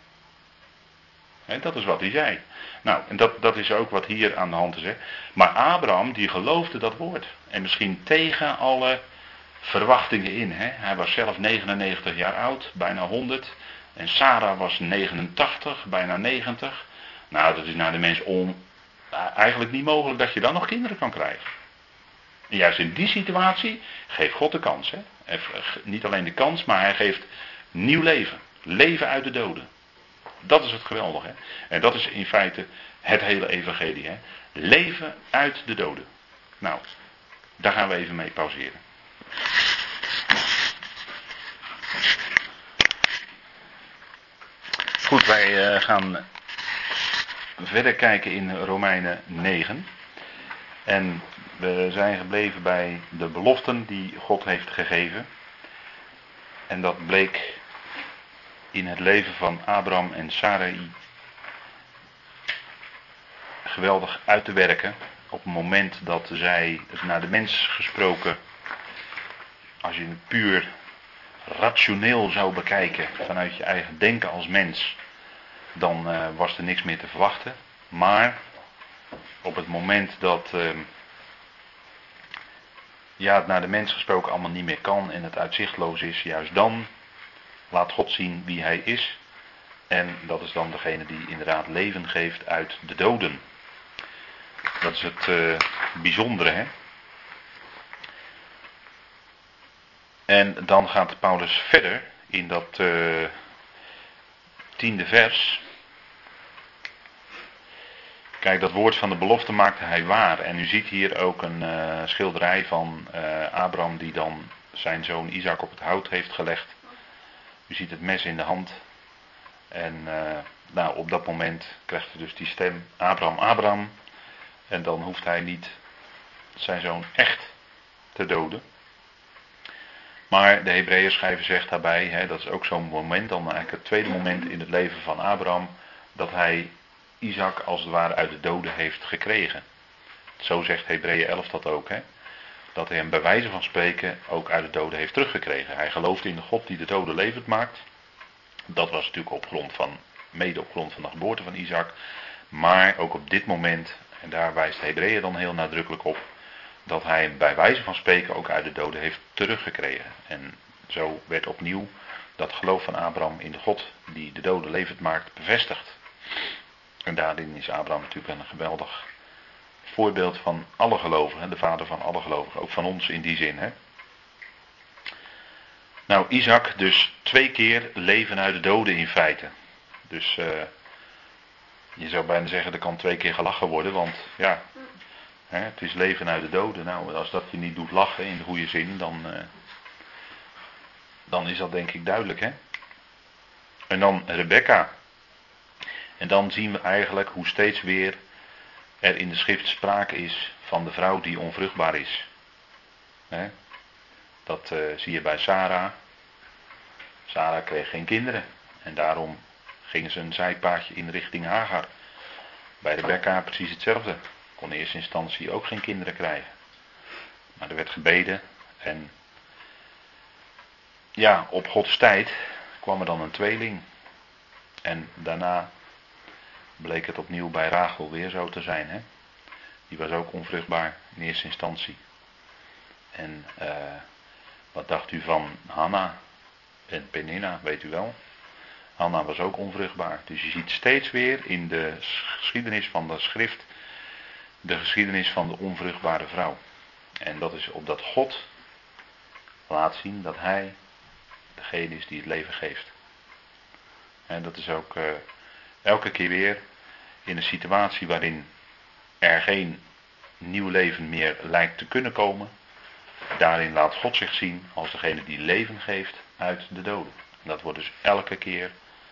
He, dat is wat hij zei. Nou, en dat is ook wat hier aan de hand is. Hè. Maar Abraham, die geloofde dat woord. En misschien tegen alle verwachtingen in. Hè. Hij was zelf 99 jaar oud, bijna 100. En Sarah was 89, bijna 90. Nou, dat is naar de mens eigenlijk niet mogelijk dat je dan nog kinderen kan krijgen. En juist in die situatie geeft God de kans. Hè. Niet alleen de kans, maar hij geeft nieuw leven. Leven uit de doden. Dat is het geweldige. Hè? En dat is in feite het hele evangelie. Hè? Leven uit de doden. Nou, daar gaan we even mee pauzeren. Goed, wij gaan verder kijken in Romeinen 9. En we zijn gebleven bij de beloften die God heeft gegeven. En dat bleek in het leven van Abraham en Sarai geweldig uit te werken. Op het moment dat zij het naar de mens gesproken, als je het puur rationeel zou bekijken vanuit je eigen denken als mens, dan was er niks meer te verwachten. Maar op het moment dat het naar de mens gesproken allemaal niet meer kan en het uitzichtloos is, juist dan laat God zien wie hij is. En dat is dan degene die inderdaad leven geeft uit de doden. Dat is het bijzondere, hè. En dan gaat Paulus verder in dat 10e vers. Kijk, dat woord van de belofte maakte hij waar. En u ziet hier ook een schilderij van Abraham die dan zijn zoon Isaac op het hout heeft gelegd. U ziet het mes in de hand. En op dat moment krijgt hij dus die stem, Abraham, Abraham. En dan hoeft hij niet zijn zoon echt te doden. Maar de Hebreeënschrijver zegt daarbij, dat is ook zo'n moment, dan eigenlijk het tweede moment in het leven van Abraham, dat hij Isaac als het ware uit de doden heeft gekregen. Zo zegt Hebreeën 11 dat ook, dat hij hem bij wijze van spreken ook uit de doden heeft teruggekregen. Hij geloofde in de God die de doden levend maakt. Dat was natuurlijk mede op grond van de geboorte van Isaac. Maar ook op dit moment, en daar wijst Hebreeën dan heel nadrukkelijk op, dat hij hem bij wijze van spreken ook uit de doden heeft teruggekregen. En zo werd opnieuw dat geloof van Abraham in de God die de doden levend maakt bevestigd. En daarin is Abraham natuurlijk een geweldig voorbeeld van alle gelovigen, de vader van alle gelovigen, ook van ons in die zin. Nou, Isaac dus 2 keer leven uit de doden in feite. Dus je zou bijna zeggen, er kan 2 keer gelachen worden, want ja, het is leven uit de doden. Nou, als dat je niet doet lachen in de goede zin, dan is dat denk ik duidelijk, hè. En dan Rebecca. En dan zien we eigenlijk hoe steeds weer er in de schrift sprake is van de vrouw die onvruchtbaar is. Dat zie je bij Sarah. Sarah kreeg geen kinderen. En daarom gingen ze een zijpaadje in richting Hagar. Bij Rebekka precies hetzelfde. Kon in eerste instantie ook geen kinderen krijgen. Maar er werd gebeden en ja, op Gods tijd kwam er dan een tweeling. En daarna bleek het opnieuw bij Rachel weer zo te zijn. Hè? Die was ook onvruchtbaar in eerste instantie. En wat dacht u van Hanna en Penina, weet u wel? Hanna was ook onvruchtbaar. Dus je ziet steeds weer in de geschiedenis van de schrift de geschiedenis van de onvruchtbare vrouw. En dat is opdat God laat zien dat Hij degene is die het leven geeft. En dat is ook elke keer weer in een situatie waarin er geen nieuw leven meer lijkt te kunnen komen. Daarin laat God zich zien als degene die leven geeft uit de doden. En dat wordt dus elke keer.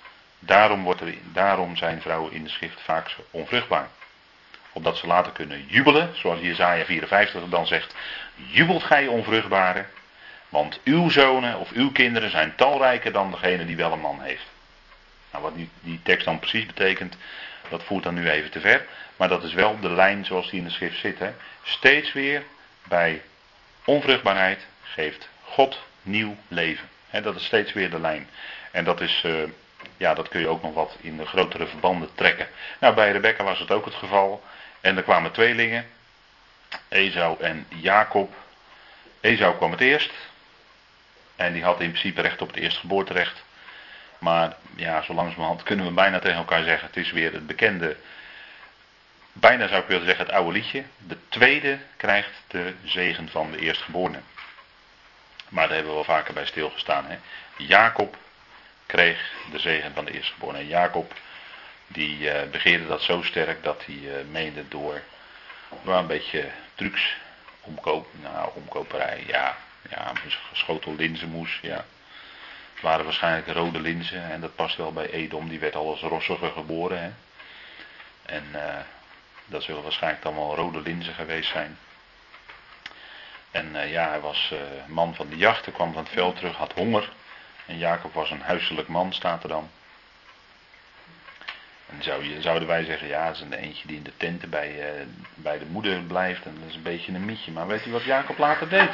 Daarom zijn vrouwen in de schrift vaak zo onvruchtbaar. Opdat ze later kunnen jubelen, zoals Jesaja 54 dan zegt. Jubelt gij onvruchtbare, want uw zonen of uw kinderen zijn talrijker dan degene die wel een man heeft. Nou, wat die tekst dan precies betekent, dat voert dan nu even te ver. Maar dat is wel de lijn zoals die in de schrift zit. Hè. Steeds weer bij onvruchtbaarheid geeft God nieuw leven. Hè, dat is steeds weer de lijn. En dat is, dat kun je ook nog wat in de grotere verbanden trekken. Nou, bij Rebekka was het ook het geval. En er kwamen tweelingen, Esau en Jacob. Esau kwam het eerst. En die had in principe recht op het eerstgeboorterecht. Maar ja, zo langzamerhand kunnen we bijna tegen elkaar zeggen, het is weer het bekende, bijna zou ik willen zeggen het oude liedje. De tweede krijgt de zegen van de eerstgeborene. Maar daar hebben we wel vaker bij stilgestaan. Hè? Jacob kreeg de zegen van de eerstgeborene. En Jacob die begeerde dat zo sterk dat hij meende door een beetje trucs, omkoperij, een schotel linzenmoes, ja. Het waren waarschijnlijk rode linzen en dat past wel bij Edom, die werd al als rossige geboren. Hè? En dat zullen waarschijnlijk dan wel rode linzen geweest zijn. En hij was man van de jacht, hij kwam van het veld terug, had honger. En Jacob was een huiselijk man, staat er dan. En zouden wij zeggen, ja, dat is een eentje die in de tenten bij de moeder blijft. En dat is een beetje een mietje. Maar weet u wat Jacob later deed?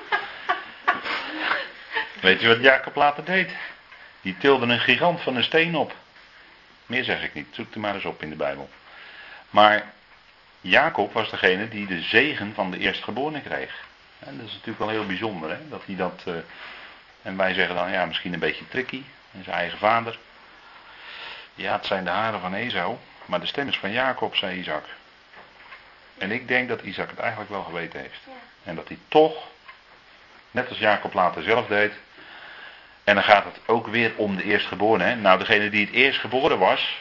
Weet u wat Jacob later deed? Die tilde een gigant van een steen op. Meer zeg ik niet, zoek er maar eens op in de Bijbel. Maar Jacob was degene die de zegen van de eerstgeborene kreeg. En dat is natuurlijk wel heel bijzonder, hè? Dat hij dat... en wij zeggen dan, ja, misschien een beetje tricky. En zijn eigen vader. Ja, het zijn de haren van Esau, maar de stem is van Jacob, zei Isaac. En ik denk dat Isaac het eigenlijk wel geweten heeft. Ja. En dat hij toch, net als Jacob later zelf deed. En dan gaat het ook weer om de eerstgeborene. Hè? Nou, degene die het eerst geboren was.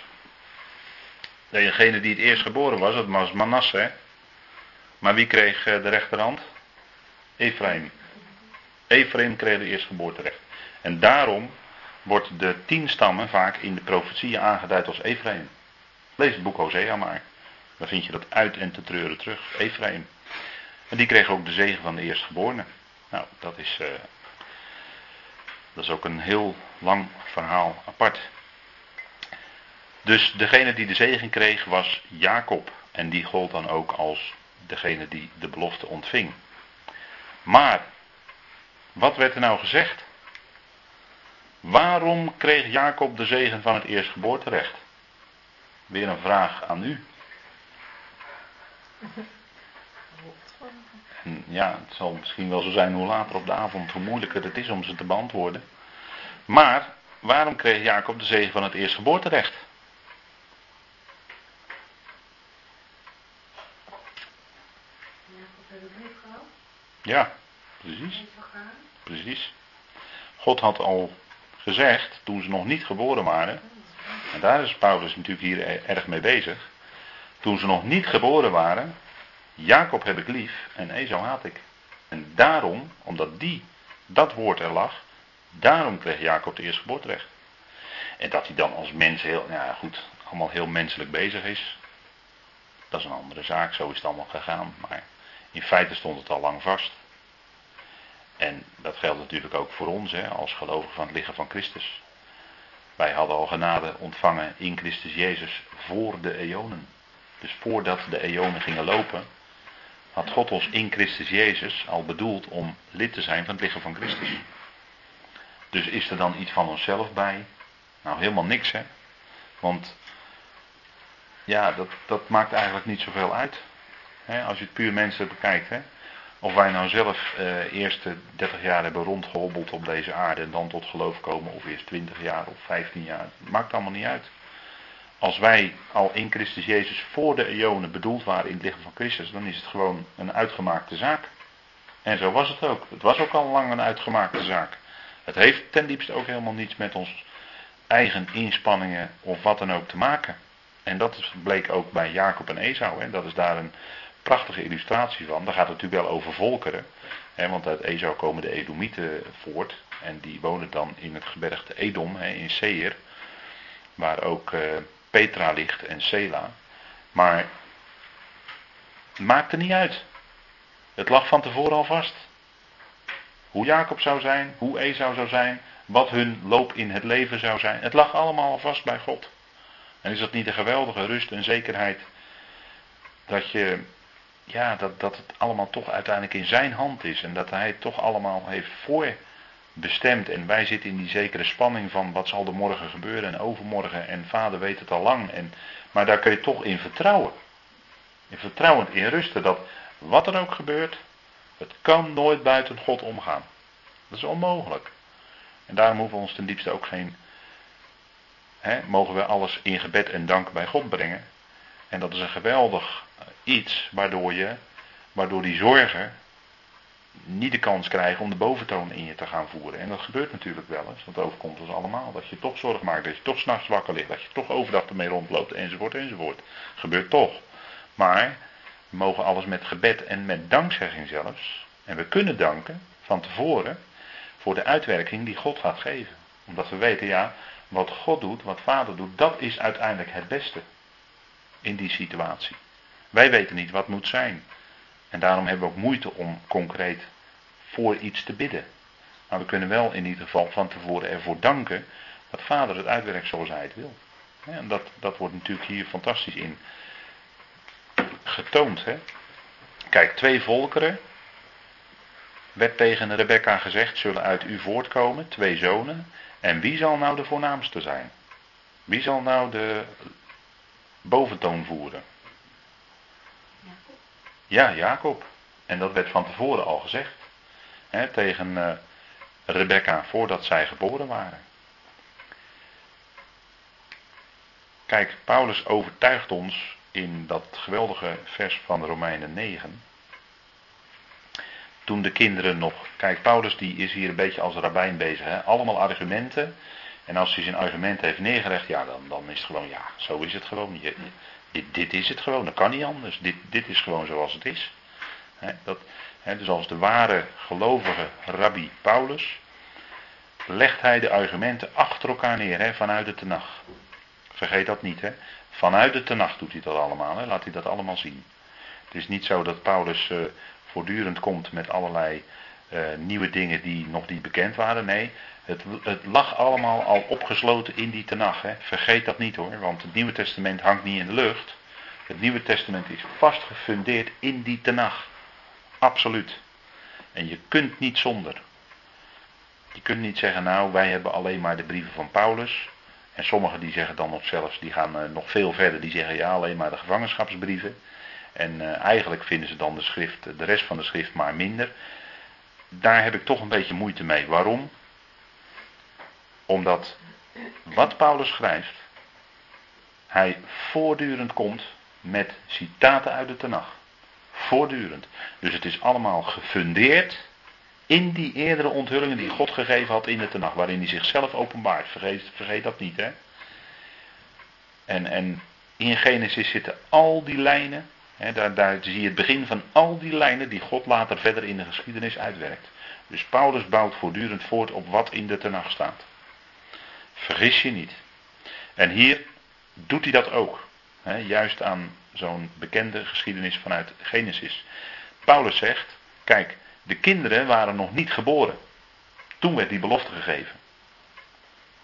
Dat was Manasse. Hè? Maar wie kreeg de rechterhand? Ephraim. Ephraim kreeg de eerstgeboorterecht. En daarom wordt de 10 stammen vaak in de profetieën aangeduid als Ephraim. Lees het boek Hosea maar. Dan vind je dat uit en te treuren terug. Ephraim. En die kreeg ook de zegen van de eerstgeborene. Nou, dat is ook een heel lang verhaal apart. Dus degene die de zegen kreeg was Jacob. En die gold dan ook als degene die de belofte ontving. Maar, wat werd er nou gezegd? Waarom kreeg Jacob de zegen van het eerstgeboorterecht? Weer een vraag aan u. En ja, het zal misschien wel zo zijn hoe later op de avond, hoe moeilijker het is om ze te beantwoorden. Maar, waarom kreeg Jacob de zegen van het eerstgeboorterecht? Ja, precies. Precies. God had al gezegd, toen ze nog niet geboren waren, en daar is Paulus natuurlijk hier erg mee bezig. Toen ze nog niet geboren waren, Jacob heb ik lief en Esau haat ik. En daarom, omdat dat woord er lag, daarom kreeg Jacob het eerstgeboorterecht. En dat hij dan als mens allemaal heel menselijk bezig is, dat is een andere zaak, zo is het allemaal gegaan. Maar in feite stond het al lang vast. En dat geldt natuurlijk ook voor ons, hè, als gelovigen van het lichaam van Christus. Wij hadden al genade ontvangen in Christus Jezus voor de eonen. Dus voordat de eonen gingen lopen, had God ons in Christus Jezus al bedoeld om lid te zijn van het lichaam van Christus. Dus is er dan iets van onszelf bij? Nou, helemaal niks, hè. Want ja, dat maakt eigenlijk niet zoveel uit. Hè, als je het puur mensen bekijkt. Hè. Of wij nou zelf eerst 30 jaar hebben rondgehobbeld op deze aarde en dan tot geloof komen. Of eerst 20 jaar of 15 jaar. Maakt allemaal niet uit. Als wij al in Christus Jezus voor de eonen bedoeld waren in het lichaam van Christus, dan is het gewoon een uitgemaakte zaak. En zo was het ook. Het was ook al lang een uitgemaakte zaak. Het heeft ten diepste ook helemaal niets met ons eigen inspanningen of wat dan ook te maken. En dat bleek ook bij Jacob en Esau. Hè. Dat is daar een prachtige illustratie van. Daar gaat het natuurlijk wel over volkeren. Hè, want uit Esau komen de Edomieten voort. En die wonen dan in het gebergte Edom, hè, in Seir. Waar ook Petra ligt en Sela. Maar het maakte niet uit. Het lag van tevoren al vast. Hoe Jacob zou zijn, hoe Esau zou zijn, wat hun loop in het leven zou zijn. Het lag allemaal al vast bij God. En is dat niet een geweldige rust en zekerheid dat dat het allemaal toch uiteindelijk in zijn hand is. En dat hij het toch allemaal heeft voorbestemd. En wij zitten in die zekere spanning van wat zal er morgen gebeuren en overmorgen. En vader weet het al lang. Maar daar kun je toch in vertrouwen. In vertrouwen, in rusten dat wat er ook gebeurt, het kan nooit buiten God omgaan. Dat is onmogelijk. En daarom hoeven we ons ten diepste ook mogen we alles in gebed en dank bij God brengen. En dat is een geweldig iets waardoor die zorgen niet de kans krijgen om de boventoon in je te gaan voeren. En dat gebeurt natuurlijk wel eens, dat overkomt ons allemaal. Dat je toch zorg maakt, dat je toch 's nachts wakker ligt, dat je toch overdag ermee rondloopt, enzovoort, enzovoort. Gebeurt toch. Maar we mogen alles met gebed en met dankzegging zelfs. En we kunnen danken van tevoren voor de uitwerking die God gaat geven. Omdat we weten, wat God doet, wat Vader doet, dat is uiteindelijk het beste in die situatie. Wij weten niet wat moet zijn. En daarom hebben we ook moeite om concreet voor iets te bidden. Maar we kunnen wel in ieder geval van tevoren ervoor danken dat Vader het uitwerkt zoals hij het wil. En dat wordt natuurlijk hier fantastisch in getoond. Hè? Kijk, 2 volkeren, werd tegen Rebekka gezegd, zullen uit u voortkomen, 2 zonen. En wie zal nou de voornaamste zijn? Wie zal nou de boventoon voeren? Ja, Jacob. En dat werd van tevoren al gezegd. Tegen Rebekka voordat zij geboren waren. Kijk, Paulus overtuigt ons in dat geweldige vers van Romeinen 9. Toen de kinderen nog... Kijk, Paulus die is hier een beetje als rabbijn bezig. Hè? Allemaal argumenten. En als hij zijn argument heeft neergelegd, dan is het gewoon, zo is het gewoon. Dit is het gewoon, dat kan niet anders. Dit is gewoon zoals het is. Dus als de ware gelovige rabbi Paulus legt hij de argumenten achter elkaar neer, vanuit de Tenach. Vergeet dat niet, vanuit de Tenach doet hij dat allemaal, laat hij dat allemaal zien. Het is niet zo dat Paulus voortdurend komt met allerlei nieuwe dingen die nog niet bekend waren. Nee, het lag allemaal al opgesloten in die Tenach. Vergeet dat niet hoor, want het Nieuwe Testament hangt niet in de lucht. Het Nieuwe Testament is vast gefundeerd in die Tenach. Absoluut. En je kunt niet zonder. Je kunt niet zeggen, wij hebben alleen maar de brieven van Paulus. En sommigen die zeggen dan nog zelfs, die gaan nog veel verder. Die zeggen, alleen maar de gevangenschapsbrieven. En eigenlijk vinden ze dan de rest van de schrift maar minder. Daar heb ik toch een beetje moeite mee. Waarom? Omdat wat Paulus schrijft, hij voortdurend komt met citaten uit de Tenach. Voortdurend. Dus het is allemaal gefundeerd in die eerdere onthullingen die God gegeven had in de Tenach, waarin hij zichzelf openbaart. Vergeet dat niet, hè. En in Genesis zitten al die lijnen, daar zie je het begin van al die lijnen die God later verder in de geschiedenis uitwerkt. Dus Paulus bouwt voortdurend voort op wat in de Tenach staat. Vergis je niet. En hier doet hij dat ook. Juist aan zo'n bekende geschiedenis vanuit Genesis. Paulus zegt, kijk, de kinderen waren nog niet geboren. Toen werd die belofte gegeven.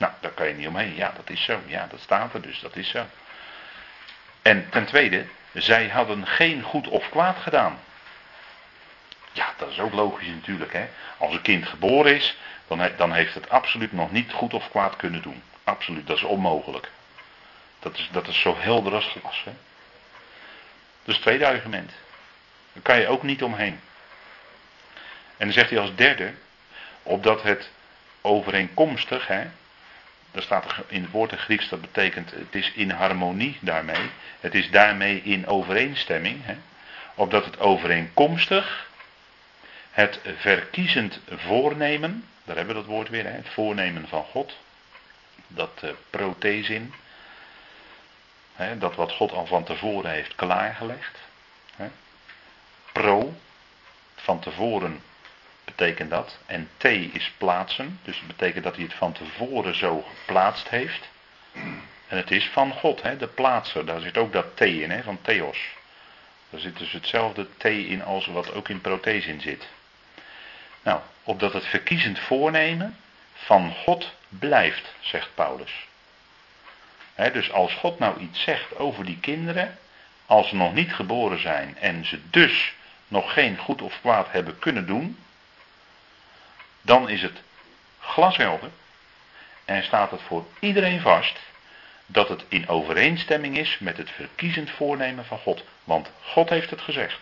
Nou, daar kan je niet omheen. Ja, dat is zo. Ja, dat staat er, dus dat is zo. En ten tweede, zij hadden geen goed of kwaad gedaan. Ja, dat is ook logisch natuurlijk. Hè? Als een kind geboren is, dan heeft het absoluut nog niet goed of kwaad kunnen doen. Absoluut, dat is onmogelijk. Dat is zo helder als glas. Hè? Dat is het tweede argument. Daar kan je ook niet omheen. En dan zegt hij als derde, opdat het overeenkomstig, hè, daar staat er in het woord in Grieks, dat betekent het is in harmonie daarmee, het is daarmee in overeenstemming, hè, opdat het overeenkomstig het verkiezend voornemen, daar hebben we dat woord weer, hè, het voornemen van God, dat protezin, hè, dat wat God al van tevoren heeft klaargelegd, hè, pro, van tevoren betekent dat. En T is plaatsen. Dus het betekent dat hij het van tevoren zo geplaatst heeft. En het is van God, hè, de plaatser. Daar zit ook dat T in, hè, van Theos. Daar zit dus hetzelfde T in als wat ook in protesin zit. Nou, opdat het verkiezend voornemen van God blijft, zegt Paulus. Hè, dus als God nou iets zegt over die kinderen, als ze nog niet geboren zijn en ze dus nog geen goed of kwaad hebben kunnen doen, dan is het glashelder en staat het voor iedereen vast dat het in overeenstemming is met het verkiezend voornemen van God. Want God heeft het gezegd.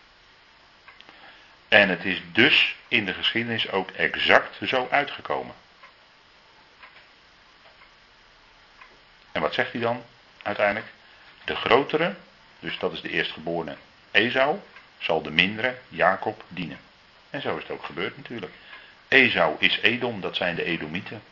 En het is dus in de geschiedenis ook exact zo uitgekomen. En wat zegt hij dan uiteindelijk? De grotere, dus dat is de eerstgeborene Esau, zal de mindere Jacob dienen. En zo is het ook gebeurd natuurlijk. Esau is Edom, dat zijn de Edomieten.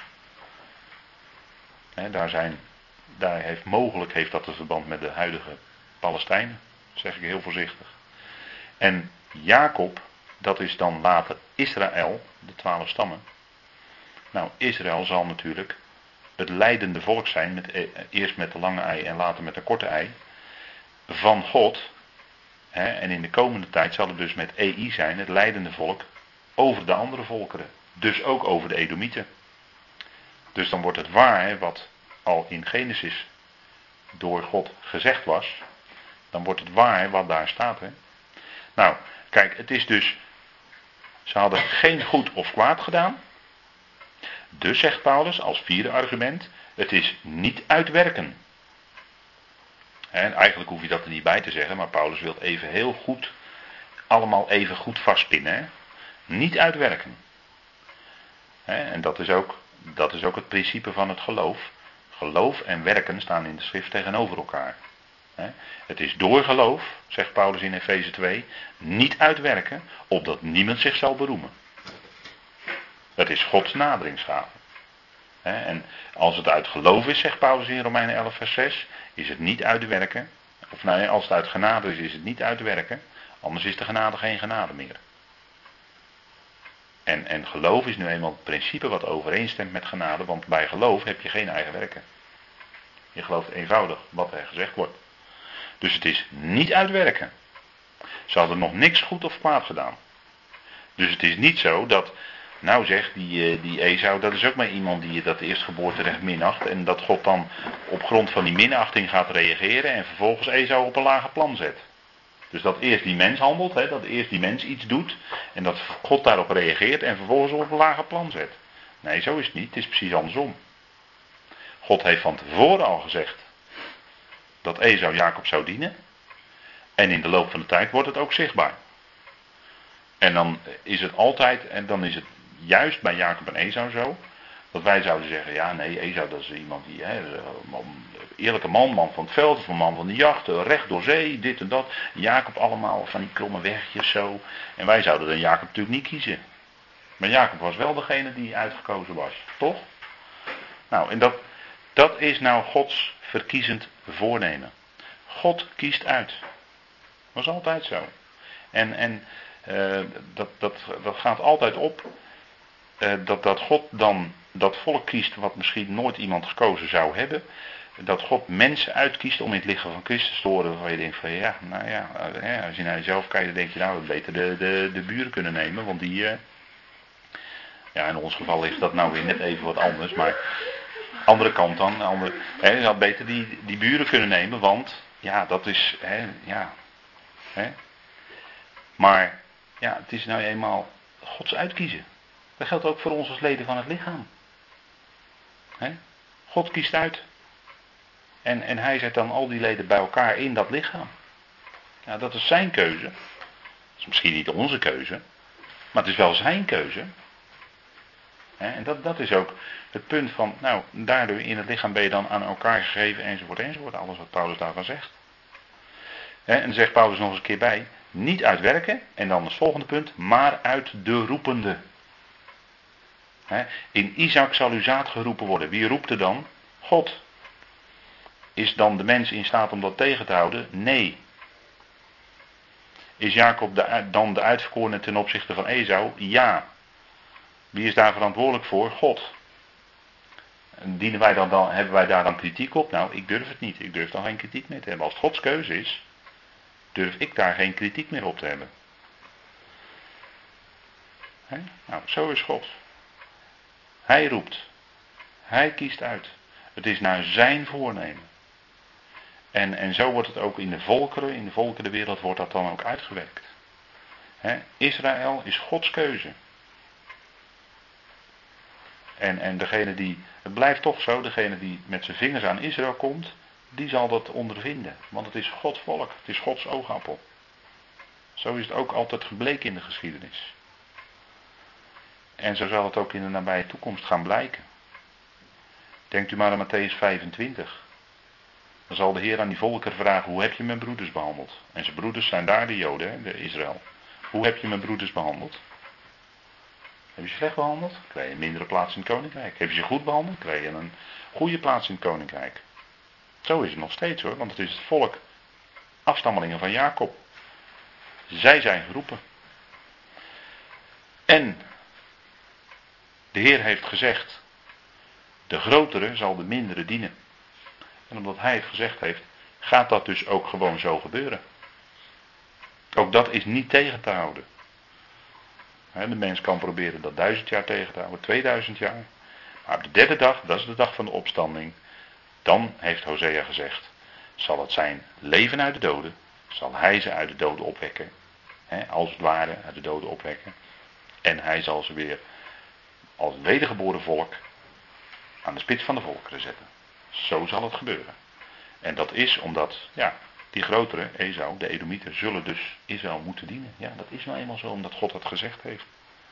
Mogelijk heeft dat een verband met de huidige Palestijnen, zeg ik heel voorzichtig. En Jacob, dat is dan later Israël, de 12 stammen. Nou, Israël zal natuurlijk het leidende volk zijn, eerst met de lange ei en later met de korte ei, van God. En in de komende tijd zal het dus met EI zijn, het leidende volk, over de andere volkeren. Dus ook over de Edomieten. Dus dan wordt het waar, wat al in Genesis door God gezegd was, dan wordt het waar wat daar staat. Hè? Nou, kijk, het is dus, ze hadden geen goed of kwaad gedaan. Dus zegt Paulus als vierde argument, het is niet uitwerken. En eigenlijk hoef je dat er niet bij te zeggen, maar Paulus wil even heel goed, allemaal even goed vastpinnen. Hè? Niet uitwerken. En dat is ook het principe van het geloof. Geloof en werken staan in de schrift tegenover elkaar. Het is door geloof, zegt Paulus in Efeze 2, niet uitwerken, opdat niemand zich zal beroemen. Dat is Gods naderingsgave. En als het uit geloof is, zegt Paulus in Romeinen 11 vers 6, is het niet uitwerken. Of nee, als het uit genade is het niet uitwerken. Anders is de genade geen genade meer. En geloof is nu eenmaal het principe wat overeenstemt met genade, want bij geloof heb je geen eigen werken. Je gelooft eenvoudig wat er gezegd wordt. Dus het is niet uitwerken. Ze hadden nog niks goed of kwaad gedaan. Dus het is niet zo dat, nou zeg, die Esau, dat is ook maar iemand die dat eerstgeboorterecht minacht. En dat God dan op grond van die minachting gaat reageren en vervolgens Esau op een lager plan zet. Dus dat eerst die mens handelt, dat eerst die mens iets doet en dat God daarop reageert en vervolgens op een lager plan zet. Nee, zo is het niet. Het is precies andersom. God heeft van tevoren al gezegd dat Esau Jacob zou dienen. En in de loop van de tijd wordt het ook zichtbaar. En dan is het altijd, en dan is het juist bij Jacob en Esau zo, dat wij zouden zeggen, ja nee, Esau dat is iemand die, eerlijke man van het veld, of een man van de jacht, recht door zee, dit en dat. Jacob allemaal van die kromme wegjes zo. En wij zouden dan Jacob natuurlijk niet kiezen. Maar Jacob was wel degene die uitgekozen was, toch? Nou, en dat is nou Gods verkiezend voornemen. God kiest uit. Dat was altijd zo. En dat gaat altijd op dat God dan dat volk kiest wat misschien nooit iemand gekozen zou hebben. Dat God mensen uitkiest om in het lichaam van Christus te horen waarvan je denkt van ja, nou ja, als je naar jezelf kijkt dan denk je nou, we beter de buren kunnen nemen, want die, ja in ons geval is dat nou weer net even wat anders, maar Andere kant dan. Je had beter die buren kunnen nemen, want ja, dat is, Maar ja, het is nou eenmaal Gods uitkiezen. Dat geldt ook voor ons als leden van het lichaam. God kiest uit. En hij zet dan al die leden bij elkaar in dat lichaam. Ja, dat is zijn keuze. Dat is misschien niet onze keuze, maar het is wel zijn keuze. En dat is ook het punt van, nou, daardoor in het lichaam ben je dan aan elkaar gegeven, enzovoort, enzovoort. Alles wat Paulus daarvan zegt. En dan zegt Paulus nog eens een keer bij, niet uit werken, en dan het volgende punt, maar uit de roepende. In Isaac zal uw zaad geroepen worden. Wie roept er dan? God. Is dan de mens in staat om dat tegen te houden? Nee. Is Jacob dan de uitverkorene ten opzichte van Esau? Ja. Wie is daar verantwoordelijk voor? God. En hebben wij daar dan kritiek op? Nou, ik durf het niet. Ik durf daar geen kritiek meer te hebben. Als het Gods keuze is, durf ik daar geen kritiek meer op te hebben. Nou, zo is God. Hij roept. Hij kiest uit. Het is naar zijn voornemen. En zo wordt het ook in de volkerenwereld wordt dat dan ook uitgewerkt. Israël is Gods keuze. En degene die, het blijft toch zo, degene die met zijn vingers aan Israël komt, die zal dat ondervinden. Want het is Gods volk, het is Gods oogappel. Zo is het ook altijd gebleken in de geschiedenis. En zo zal het ook in de nabije toekomst gaan blijken. Denkt u maar aan Mattheüs 25. Dan zal de Heer aan die volkeren vragen, hoe heb je mijn broeders behandeld? En zijn broeders zijn daar de Joden, de Israël. Hoe heb je mijn broeders behandeld? Heb je ze slecht behandeld? Krijg je een mindere plaats in het koninkrijk. Heb je ze goed behandeld? Krijg je een goede plaats in het koninkrijk. Zo is het nog steeds hoor, want het is het volk, afstammelingen van Jacob. Zij zijn geroepen. En de Heer heeft gezegd, de grotere zal de mindere dienen. En omdat hij het gezegd heeft, gaat dat dus ook gewoon zo gebeuren. Ook dat is niet tegen te houden. De mens kan proberen dat 1000 jaar tegen te houden, 2000 jaar. Maar op de derde dag, dat is de dag van de opstanding, dan heeft Hosea gezegd, zal het zijn leven uit de doden, zal hij ze uit de doden opwekken. Als het ware uit de doden opwekken. En hij zal ze weer als wedergeboren volk aan de spits van de volkeren zetten. Zo zal het gebeuren. En dat is omdat, ja, die grotere, Esau, de Edomieten, zullen dus Israël moeten dienen. Ja, dat is nou eenmaal zo, omdat God dat gezegd heeft.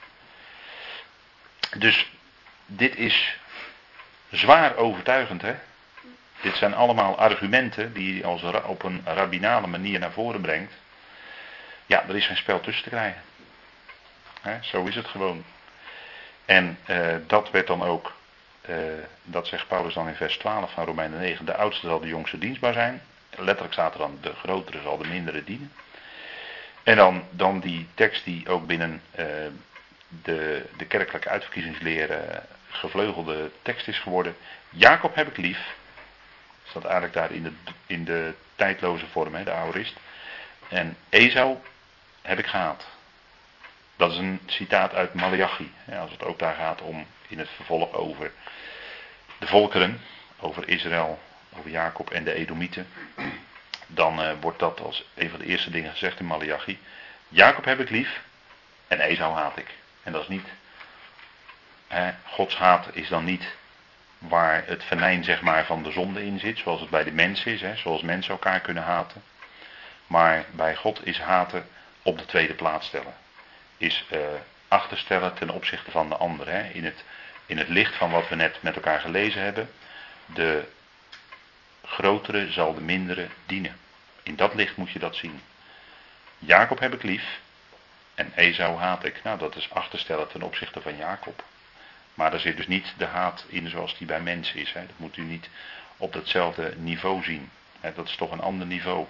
Dus dit is zwaar overtuigend, hè. Dit zijn allemaal argumenten die hij op een rabbinale manier naar voren brengt. Ja, er is geen spel tussen te krijgen. Zo is het gewoon. En dat werd dan ook, dat zegt Paulus dan in vers 12 van Romeinen 9, de oudste zal de jongste dienstbaar zijn. Letterlijk staat er dan, de grotere zal de mindere dienen. En dan die tekst die ook binnen de kerkelijke uitverkiezingsleer gevleugelde tekst is geworden. Jacob heb ik lief. Staat eigenlijk daar in de tijdloze vorm, de aorist. En Esau heb ik gehaat. Dat is een citaat uit Maleachi. Als het ook daar gaat om in het vervolg over de volkeren, over Israël, over Jacob en de Edomieten. Dan wordt dat als een van de eerste dingen gezegd in Maleachi. Jacob heb ik lief en Esau haat ik. En dat is niet, Gods haat is dan niet waar het venijn zeg maar van de zonde in zit, zoals het bij de mensen is, zoals mensen elkaar kunnen haten. Maar bij God is haten op de tweede plaats stellen. Is achterstellen ten opzichte van de ander. In het licht van wat we net met elkaar gelezen hebben. De grotere zal de mindere dienen. In dat licht moet je dat zien. Jacob heb ik lief en Esau haat ik. Nou, dat is achterstellen ten opzichte van Jacob. Maar er zit dus niet de haat in zoals die bij mensen is. Dat moet u niet op datzelfde niveau zien. Dat is toch een ander niveau.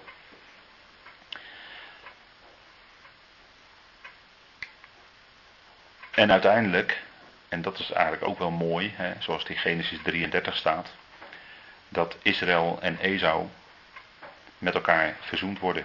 En uiteindelijk, en dat is eigenlijk ook wel mooi, zoals die Genesis 33 staat, dat Israël en Esau met elkaar verzoend worden.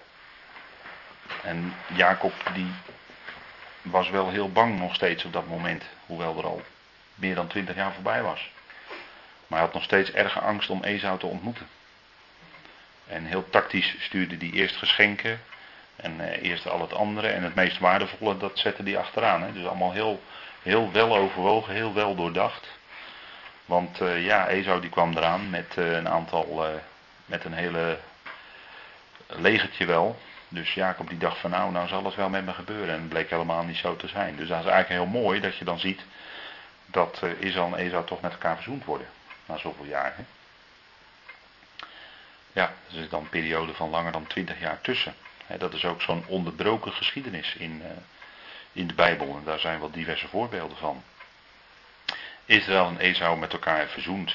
En Jacob die was wel heel bang nog steeds op dat moment, hoewel er al meer dan 20 jaar voorbij was. Maar hij had nog steeds erge angst om Esau te ontmoeten. En heel tactisch stuurde hij eerst geschenken. En eerst al het andere. En het meest waardevolle, dat zette hij achteraan. Hè. Dus allemaal heel wel overwogen, heel wel doordacht. Want Esau die kwam eraan met met een hele legertje wel. Dus Jacob die dacht van nou zal het wel met me gebeuren. En het bleek helemaal niet zo te zijn. Dus dat is eigenlijk heel mooi dat je dan ziet dat Israël en Esau toch met elkaar verzoend worden. Na zoveel jaar. Hè? Ja, er is dan een periode van langer dan 20 jaar tussen. Dat is ook zo'n onderbroken geschiedenis in de Bijbel. En daar zijn wel diverse voorbeelden van. Israël en Esau met elkaar verzoend.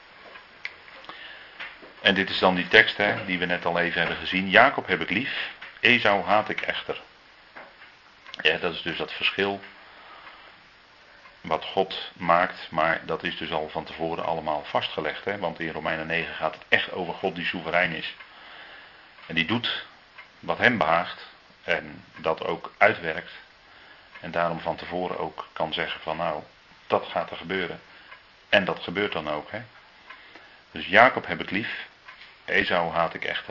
En dit is dan die tekst die we net al even hebben gezien. Jacob heb ik lief, Esau haat ik echter. Ja, dat is dus dat verschil wat God maakt, maar dat is dus al van tevoren allemaal vastgelegd. Want in Romeinen 9 gaat het echt over God die soeverein is. En die doet wat hem behaagt en dat ook uitwerkt. En daarom van tevoren ook kan zeggen van nou, dat gaat er gebeuren. En dat gebeurt dan ook. Dus Jacob heb ik lief, Esau haat ik echter.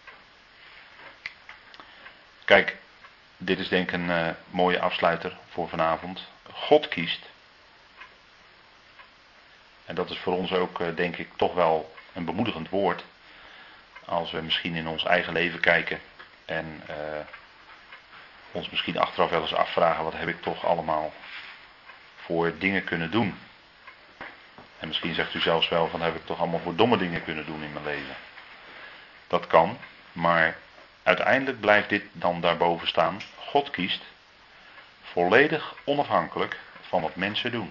Kijk, dit is denk ik een mooie afsluiter voor vanavond. God kiest. En dat is voor ons ook denk ik toch wel een bemoedigend woord. Als we misschien in ons eigen leven kijken en ons misschien achteraf wel eens afvragen, wat heb ik toch allemaal voor dingen kunnen doen. En misschien zegt u zelfs wel van heb ik toch allemaal voor domme dingen kunnen doen in mijn leven. Dat kan, maar uiteindelijk blijft dit dan daarboven staan. God kiest volledig onafhankelijk van wat mensen doen.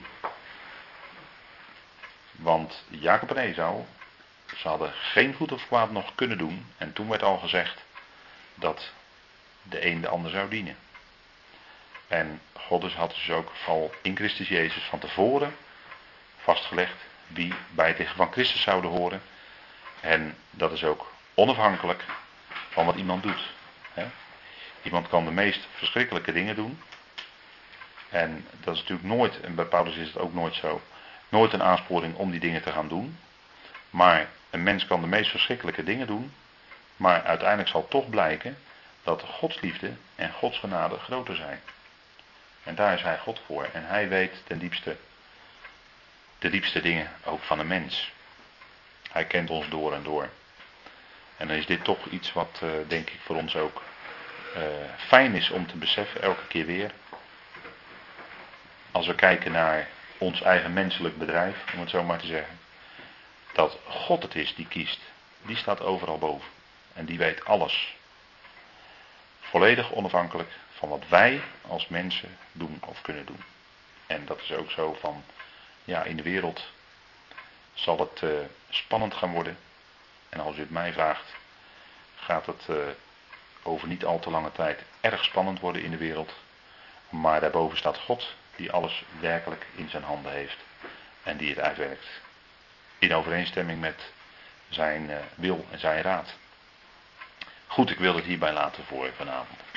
Want Jacob en Esau, ze hadden geen goed of kwaad nog kunnen doen. En toen werd al gezegd dat de een de ander zou dienen. En God had dus ook al in Christus Jezus van tevoren vastgelegd wie bij het lichaam van Christus zouden horen. En dat is ook onafhankelijk van wat iemand doet. Iemand kan de meest verschrikkelijke dingen doen. En dat is natuurlijk nooit, en bij Paulus is het ook nooit zo, nooit een aansporing om die dingen te gaan doen. Maar een mens kan de meest verschrikkelijke dingen doen. Maar uiteindelijk zal toch blijken dat Gods liefde en Gods genade groter zijn. En daar is hij God voor. En hij weet de diepste dingen ook van een mens. Hij kent ons door en door. En dan is dit toch iets wat denk ik voor ons ook fijn is om te beseffen elke keer weer. Als we kijken naar ons eigen menselijk bedrijf, om het zo maar te zeggen. Dat God het is die kiest. Die staat overal boven. En die weet alles. Volledig onafhankelijk van wat wij als mensen doen of kunnen doen. En dat is ook zo van, ja, in de wereld zal het spannend gaan worden. En als u het mij vraagt, gaat het over niet al te lange tijd erg spannend worden in de wereld. Maar daarboven staat God, die alles werkelijk in zijn handen heeft. En die het uitwerkt. In overeenstemming met zijn wil en zijn raad. Goed, ik wil het hierbij laten voor vanavond.